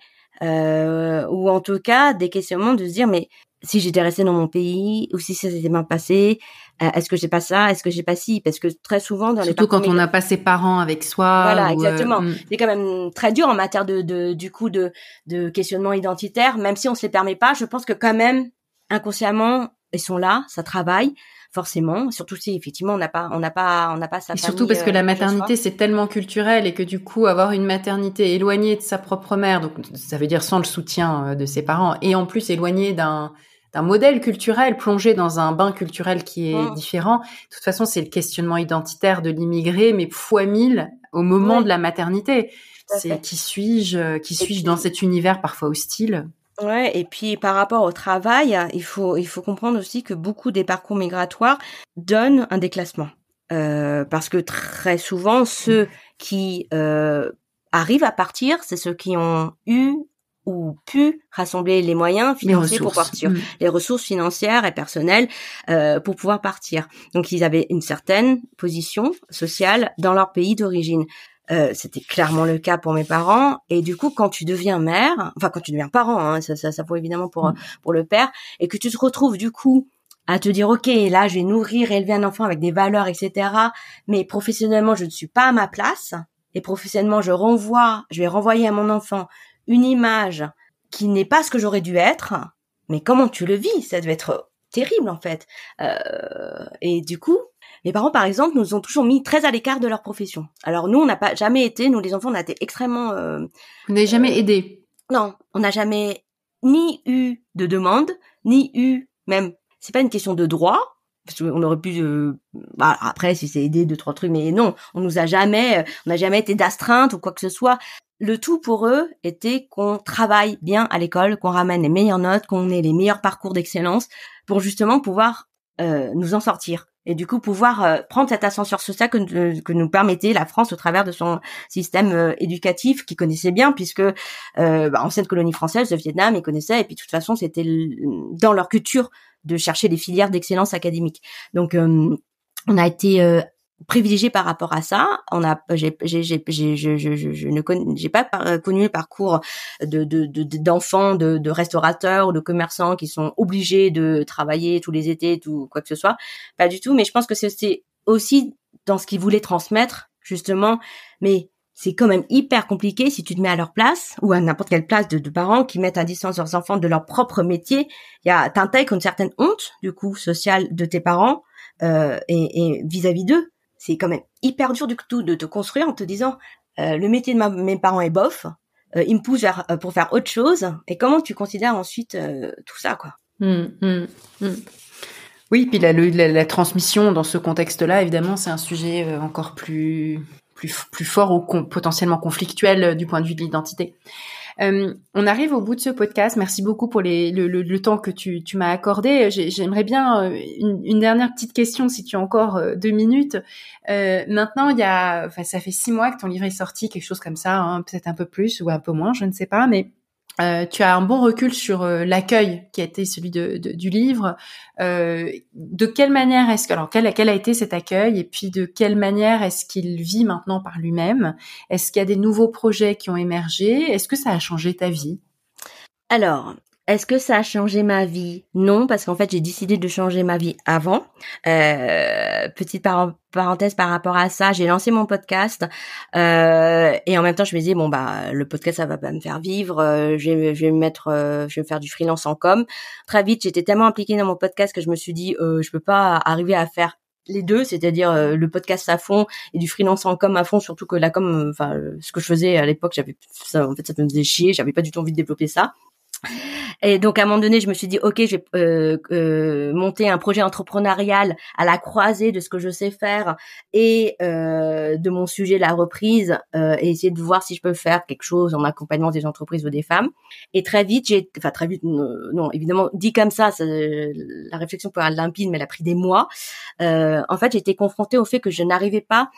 euh, ou en tout cas des questionnements de se dire mais si j'étais restée dans mon pays, ou si ça s'était bien passé, euh, est-ce que j'ai pas ça, est-ce que j'ai pas ci, parce que très souvent dans surtout les surtout quand on n'a pas ses parents avec soi. Voilà, ou exactement. Euh, c'est quand même très dur en matière de, de du coup de de questionnement identitaire, même si on se les permet pas. Je pense que quand même inconsciemment ils sont là, ça travaille forcément, surtout si effectivement on n'a pas on n'a pas on n'a pas sa et famille. surtout parce que la euh, maternité c'est tellement culturel, et que du coup avoir une maternité éloignée de sa propre mère, donc ça veut dire sans le soutien de ses parents, et en plus éloignée d'un d'un modèle culturel, plongé dans un bain culturel qui est mmh. différent. De toute façon, c'est le questionnement identitaire de l'immigré, mais fois mille au moment ouais. de la maternité. C'est fait. qui suis-je, qui suis-je puis, dans cet univers parfois hostile. Ouais, et puis par rapport au travail, il faut il faut comprendre aussi que beaucoup des parcours migratoires donnent un déclassement, euh, parce que très souvent ceux qui euh, arrivent à partir, c'est ceux qui ont eu ou pu rassembler les moyens financiers pour partir, mmh. les ressources financières et personnelles euh, pour pouvoir partir. Donc ils avaient une certaine position sociale dans leur pays d'origine. Euh, c'était clairement le cas pour mes parents, et du coup quand tu deviens mère, enfin quand tu deviens parent, hein, ça, ça, ça vaut évidemment pour mmh. pour le père, et que tu te retrouves du coup à te dire ok, là je vais nourrir, élever un enfant avec des valeurs, et cetera. Mais professionnellement je ne suis pas à ma place, et professionnellement je renvoie, je vais renvoyer à mon enfant une image qui n'est pas ce que j'aurais dû être. Mais comment tu le vis? Ça devait être terrible en fait. Euh, et du coup, mes parents par exemple nous ont toujours mis très à l'écart de leur profession. Alors nous on n'a pas jamais été, nous les enfants on a été extrêmement. Euh, Vous n'avez jamais euh, aidé? Non, on n'a jamais ni eu de demande, ni eu même. C'est pas une question de droit. Parce qu'on aurait pu, euh, bah, après si c'est aider deux trois trucs, mais non, on nous a jamais, on n'a jamais été d'astreinte ou quoi que ce soit. Le tout pour eux était qu'on travaille bien à l'école, qu'on ramène les meilleures notes, qu'on ait les meilleurs parcours d'excellence pour justement pouvoir euh, nous en sortir. Et du coup pouvoir euh, prendre cet ascenseur social que, euh, que nous permettait la France au travers de son système euh, éducatif qu'ils connaissaient bien, puisque euh, bah, ancienne colonie française, le Vietnam, ils connaissaient, et puis de toute façon c'était l- dans leur culture de chercher des filières d'excellence académique. Donc euh, on a été euh, privilégié par rapport à ça. On a, j'ai, j'ai, j'ai, j'ai je, je, je, je ne connais, j'ai pas par, connu le parcours de, de, de d'enfants, de, de restaurateurs ou de commerçants qui sont obligés de travailler tous les étés, tout quoi que ce soit. Pas du tout. Mais je pense que c'est, c'est aussi dans ce qu'ils voulaient transmettre, justement, mais c'est quand même hyper compliqué si tu te mets à leur place ou à n'importe quelle place de, de parents qui mettent à distance leurs enfants de leur propre métier. Il y a, t'intègres une certaine honte, du coup, sociale de tes parents, euh, et, et vis-à-vis d'eux. C'est quand même hyper dur du tout de te construire en te disant, euh, le métier de ma, mes parents est bof, euh, ils me poussent vers, euh, pour faire autre chose. Et comment tu considères ensuite euh, tout ça, quoi? Mmh, mmh, mmh. Oui, puis la, la, la transmission dans ce contexte-là, évidemment, c'est un sujet euh, encore plus plus plus fort ou con, potentiellement conflictuel euh, du point de vue de l'identité. Euh, on arrive au bout de ce podcast. Merci beaucoup pour les, le, le, le temps que tu, tu m'as accordé. J'ai, j'aimerais bien euh, une, une dernière petite question, si tu as encore euh, deux minutes. Euh, maintenant, il y a, enfin, ça fait six mois que ton livre est sorti, quelque chose comme ça, hein, peut-être un peu plus ou un peu moins, je ne sais pas, mais Euh, tu as un bon recul sur euh, l'accueil qui a été celui de, de, du livre. Euh, de quelle manière est-ce que, alors quel, quel a été cet accueil et puis de quelle manière est-ce qu'il vit maintenant par lui-même? Est-ce qu'il y a des nouveaux projets qui ont émergé? Est-ce que ça a changé ta vie? Alors, est-ce que ça a changé ma vie? Non, parce qu'en fait, j'ai décidé de changer ma vie avant. Euh, petite par- parenthèse par rapport à ça, j'ai lancé mon podcast euh, et en même temps, je me disais bon bah le podcast ça va pas me faire vivre. Euh, je vais, je vais me mettre, euh, je vais me faire du freelance en com. Très vite, j'étais tellement impliquée dans mon podcast que je me suis dit euh, je peux pas arriver à faire les deux, c'est-à-dire euh, le podcast à fond et du freelance en com à fond, surtout que la com, enfin euh, ce que je faisais à l'époque, j'avais ça, en fait ça me faisait chier, j'avais pas du tout envie de développer ça. Et donc à un moment donné, je me suis dit ok, je vais euh, euh, monter un projet entrepreneurial à la croisée de ce que je sais faire et euh, de mon sujet la reprise euh, et essayer de voir si je peux faire quelque chose en accompagnement des entreprises ou des femmes. Et très vite, j'ai, enfin très vite, euh, non évidemment dit comme ça, ça la réflexion peut être limpide, mais elle a pris des mois. Euh, en fait, j'ai été confrontée au fait que je n'arrivais pas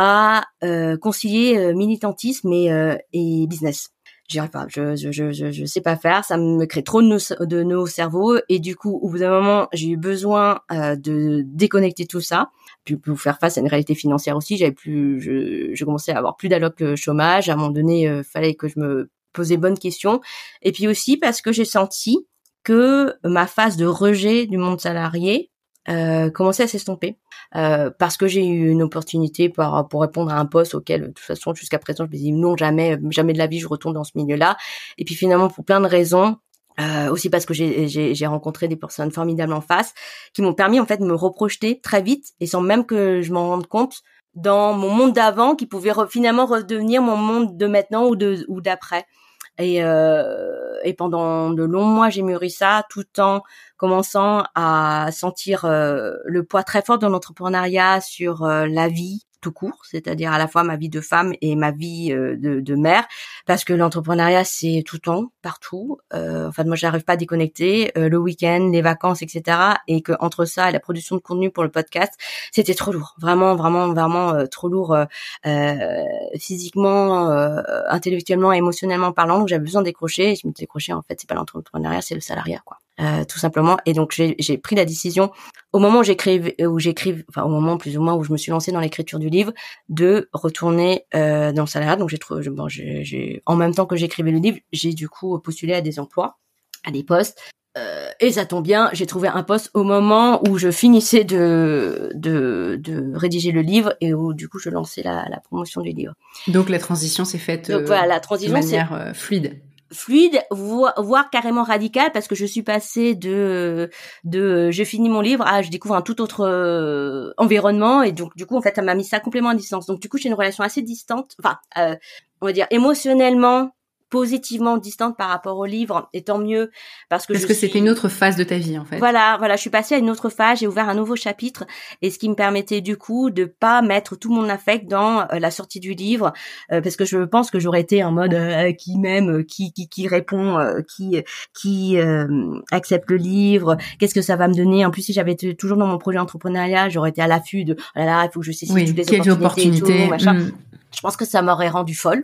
à euh, concilier euh, militantisme et, euh, et business. J'y arrive pas, je, je, je, je, je sais pas faire, ça me crée trop de nœuds, de nœuds au cerveau et du coup, au bout d'un moment, j'ai eu besoin euh, de déconnecter tout ça, puis pour faire face à une réalité financière aussi. J'avais plus, je, je commençais à avoir plus d'alloc chômage. À un moment donné, euh, fallait que je me posais bonnes questions. Et puis aussi parce que j'ai senti que ma phase de rejet du monde salarié Euh, commençait à s'estomper euh, parce que j'ai eu une opportunité pour, pour répondre à un poste auquel de toute façon jusqu'à présent je me dis non, jamais jamais de la vie je retourne dans ce milieu-là. Et puis finalement pour plein de raisons, euh, aussi parce que j'ai, j'ai, j'ai rencontré des personnes formidables en face qui m'ont permis en fait de me reprojeter très vite et sans même que je m'en rende compte dans mon monde d'avant qui pouvait re, finalement redevenir mon monde de maintenant ou de ou d'après. Et, euh, et pendant de longs mois, j'ai mûri ça tout en commençant à sentir euh, le poids très fort de l'entrepreneuriat sur euh, la vie tout court, c'est-à-dire à la fois ma vie de femme et ma vie euh, de, de mère, parce que l'entrepreneuriat c'est tout le temps, partout. Euh, enfin moi j'arrive pas à déconnecter euh, le week-end, les vacances, et cetera. Et que entre ça et la production de contenu pour le podcast, c'était trop lourd, vraiment, vraiment, vraiment euh, trop lourd euh, euh, physiquement, euh, intellectuellement, émotionnellement parlant. Donc j'avais besoin de décrocher. Et je me suis décroché en fait, c'est pas l'entrepreneuriat, c'est le salariat quoi. Euh, tout simplement. Et donc j'ai, j'ai pris la décision au moment où j'écrivais, où j'écrive, enfin au moment plus ou moins où je me suis lancée dans l'écriture du livre, de retourner euh, dans le salariat. Donc j'ai trouvé, bon, j'ai, j'ai, en même temps que j'écrivais le livre, j'ai du coup postulé à des emplois, à des postes. Euh, et ça tombe bien, j'ai trouvé un poste au moment où je finissais de de, de rédiger le livre et où du coup je lançais la, la promotion du livre. Donc la transition s'est faite donc, euh, voilà, la transition, de manière c'est... euh, fluide. fluide, voire, voire carrément radical, parce que je suis passée de de je finis mon livre à je découvre un tout autre euh, environnement et donc du coup en fait ça m'a mis ça complètement à distance. Donc du coup j'ai une relation assez distante, enfin euh, on va dire émotionnellement positivement distante par rapport au livre, et tant mieux parce que parce je que suis... c'était une autre phase de ta vie en fait. Voilà, voilà, je suis passée à une autre phase, j'ai ouvert un nouveau chapitre et ce qui me permettait du coup de pas mettre tout mon affect dans euh, la sortie du livre euh, parce que je pense que j'aurais été en mode euh, qui m'aime, qui qui qui répond, euh, qui qui euh, accepte le livre, qu'est-ce que ça va me donner. En plus si j'avais été toujours dans mon projet entrepreneurial, j'aurais été à l'affût de oh là là, il faut que je saisis oui, toutes les quelles opportunités, opportunités et tout, machin. mmh. Je pense que ça m'aurait rendu folle.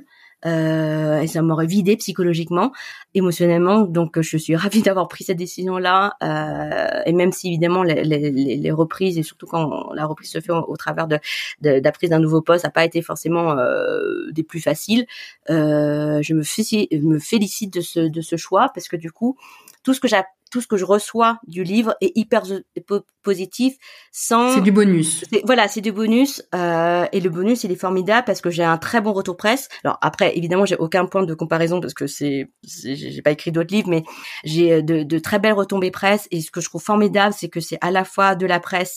Euh, et ça m'aurait vidé psychologiquement, émotionnellement. Donc je suis ravie d'avoir pris cette décision-là. Euh, et même si évidemment les, les, les reprises, et surtout quand la reprise se fait au, au travers de, de, de la prise d'un nouveau poste, ça n'a pas été forcément euh, des plus faciles. Euh, je me félicite, me félicite de ce de ce choix parce que du coup tout ce que j'ai tout ce que je reçois du livre est hyper positif. Sans c'est du bonus. C'est, voilà, c'est du bonus euh, et le bonus il est formidable parce que j'ai un très bon retour presse. Alors après, évidemment, j'ai aucun point de comparaison parce que c'est, c'est j'ai pas écrit d'autres livres, mais j'ai de, de très belles retombées presse. Et ce que je trouve formidable, c'est que c'est à la fois de la presse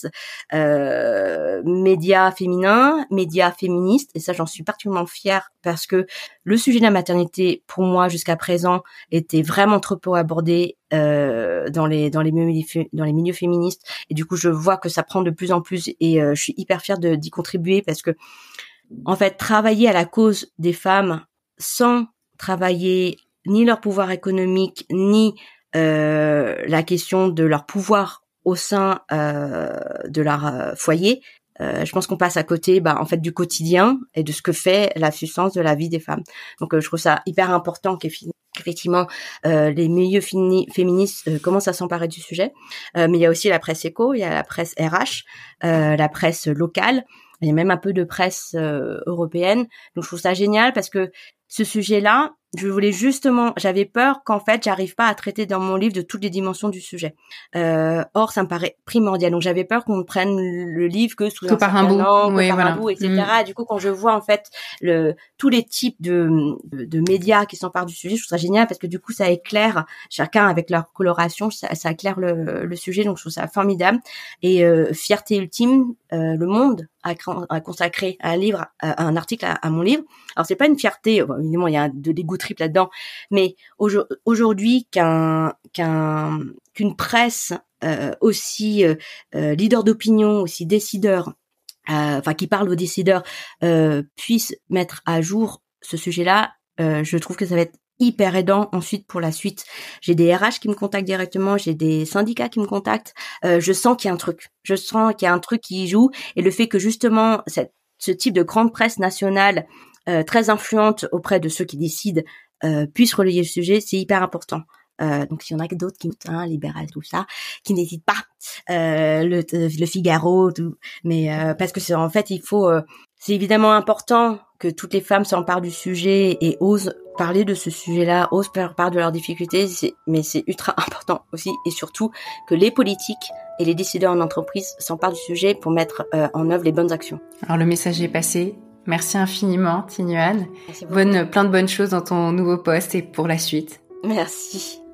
euh, médias féminins, médias féministes, et ça j'en suis particulièrement fière parce que le sujet de la maternité, pour moi jusqu'à présent, était vraiment trop peu abordé euh, dans les dans les milieux dans les milieux féministes, et du coup je vois que ça prend de plus en plus, et euh, je suis hyper fière de, d'y contribuer parce que en fait travailler à la cause des femmes sans travailler ni leur pouvoir économique ni euh, la question de leur pouvoir au sein euh, de leur euh, foyer, Euh, je pense qu'on passe à côté, bah, en fait, du quotidien et de ce que fait la substance de la vie des femmes. Donc, euh, je trouve ça hyper important qu'effectivement euh, les milieux fini- féministes euh, commencent à s'emparer du sujet. Euh, mais il y a aussi la presse éco, il y a la presse R H, euh, la presse locale. Il y a même un peu de presse euh, européenne. Donc, je trouve ça génial parce que ce sujet-là, je voulais justement, j'avais peur qu'en fait, j'arrive pas à traiter dans mon livre de toutes les dimensions du sujet. Euh, or, ça me paraît primordial. Donc, j'avais peur qu'on prenne le livre que sous que un par certain un bout, angle, oui, que par voilà. un bout, et cetera. Mm. Et du coup, quand je vois en fait le tous les types de, de, de médias qui s'emparent du sujet, je trouve ça génial parce que du coup, ça éclaire chacun avec leur coloration, ça, ça éclaire le, le sujet. Donc, je trouve ça formidable. Et euh, fierté ultime, euh, le Monde a, a consacré un livre, un article à, à mon livre. Alors, c'est pas une fierté, bon, évidemment, il y a de l'ego trip là-dedans, mais aujourd'hui qu'un qu'un qu'une presse euh, aussi euh, euh, leader d'opinion, aussi décideur, euh, enfin qui parle aux décideurs, euh, puisse mettre à jour ce sujet-là, euh, je trouve que ça va être hyper aidant ensuite pour la suite. J'ai des R H qui me contactent directement, j'ai des syndicats qui me contactent, euh, je sens qu'il y a un truc, je sens qu'il y a un truc qui joue, et le fait que justement cette, ce type de grande presse nationale euh, très influente auprès de ceux qui décident euh, puisse relayer le sujet, c'est hyper important. Euh, donc s'il y en a d'autres qui hein, libéral tout ça, qui n'hésitent pas, euh, le, le Figaro, tout, mais euh, parce que c'est en fait il faut, euh, c'est évidemment important que toutes les femmes s'emparent du sujet et osent parler de ce sujet-là, osent faire part de leurs difficultés, c'est, mais c'est ultra important aussi et surtout que les politiques et les décideurs en entreprise s'emparent du sujet pour mettre euh, en œuvre les bonnes actions. Alors le message est passé. Merci infiniment, Tinhuan. Bonne, plein de bonnes choses dans ton nouveau poste et pour la suite. Merci.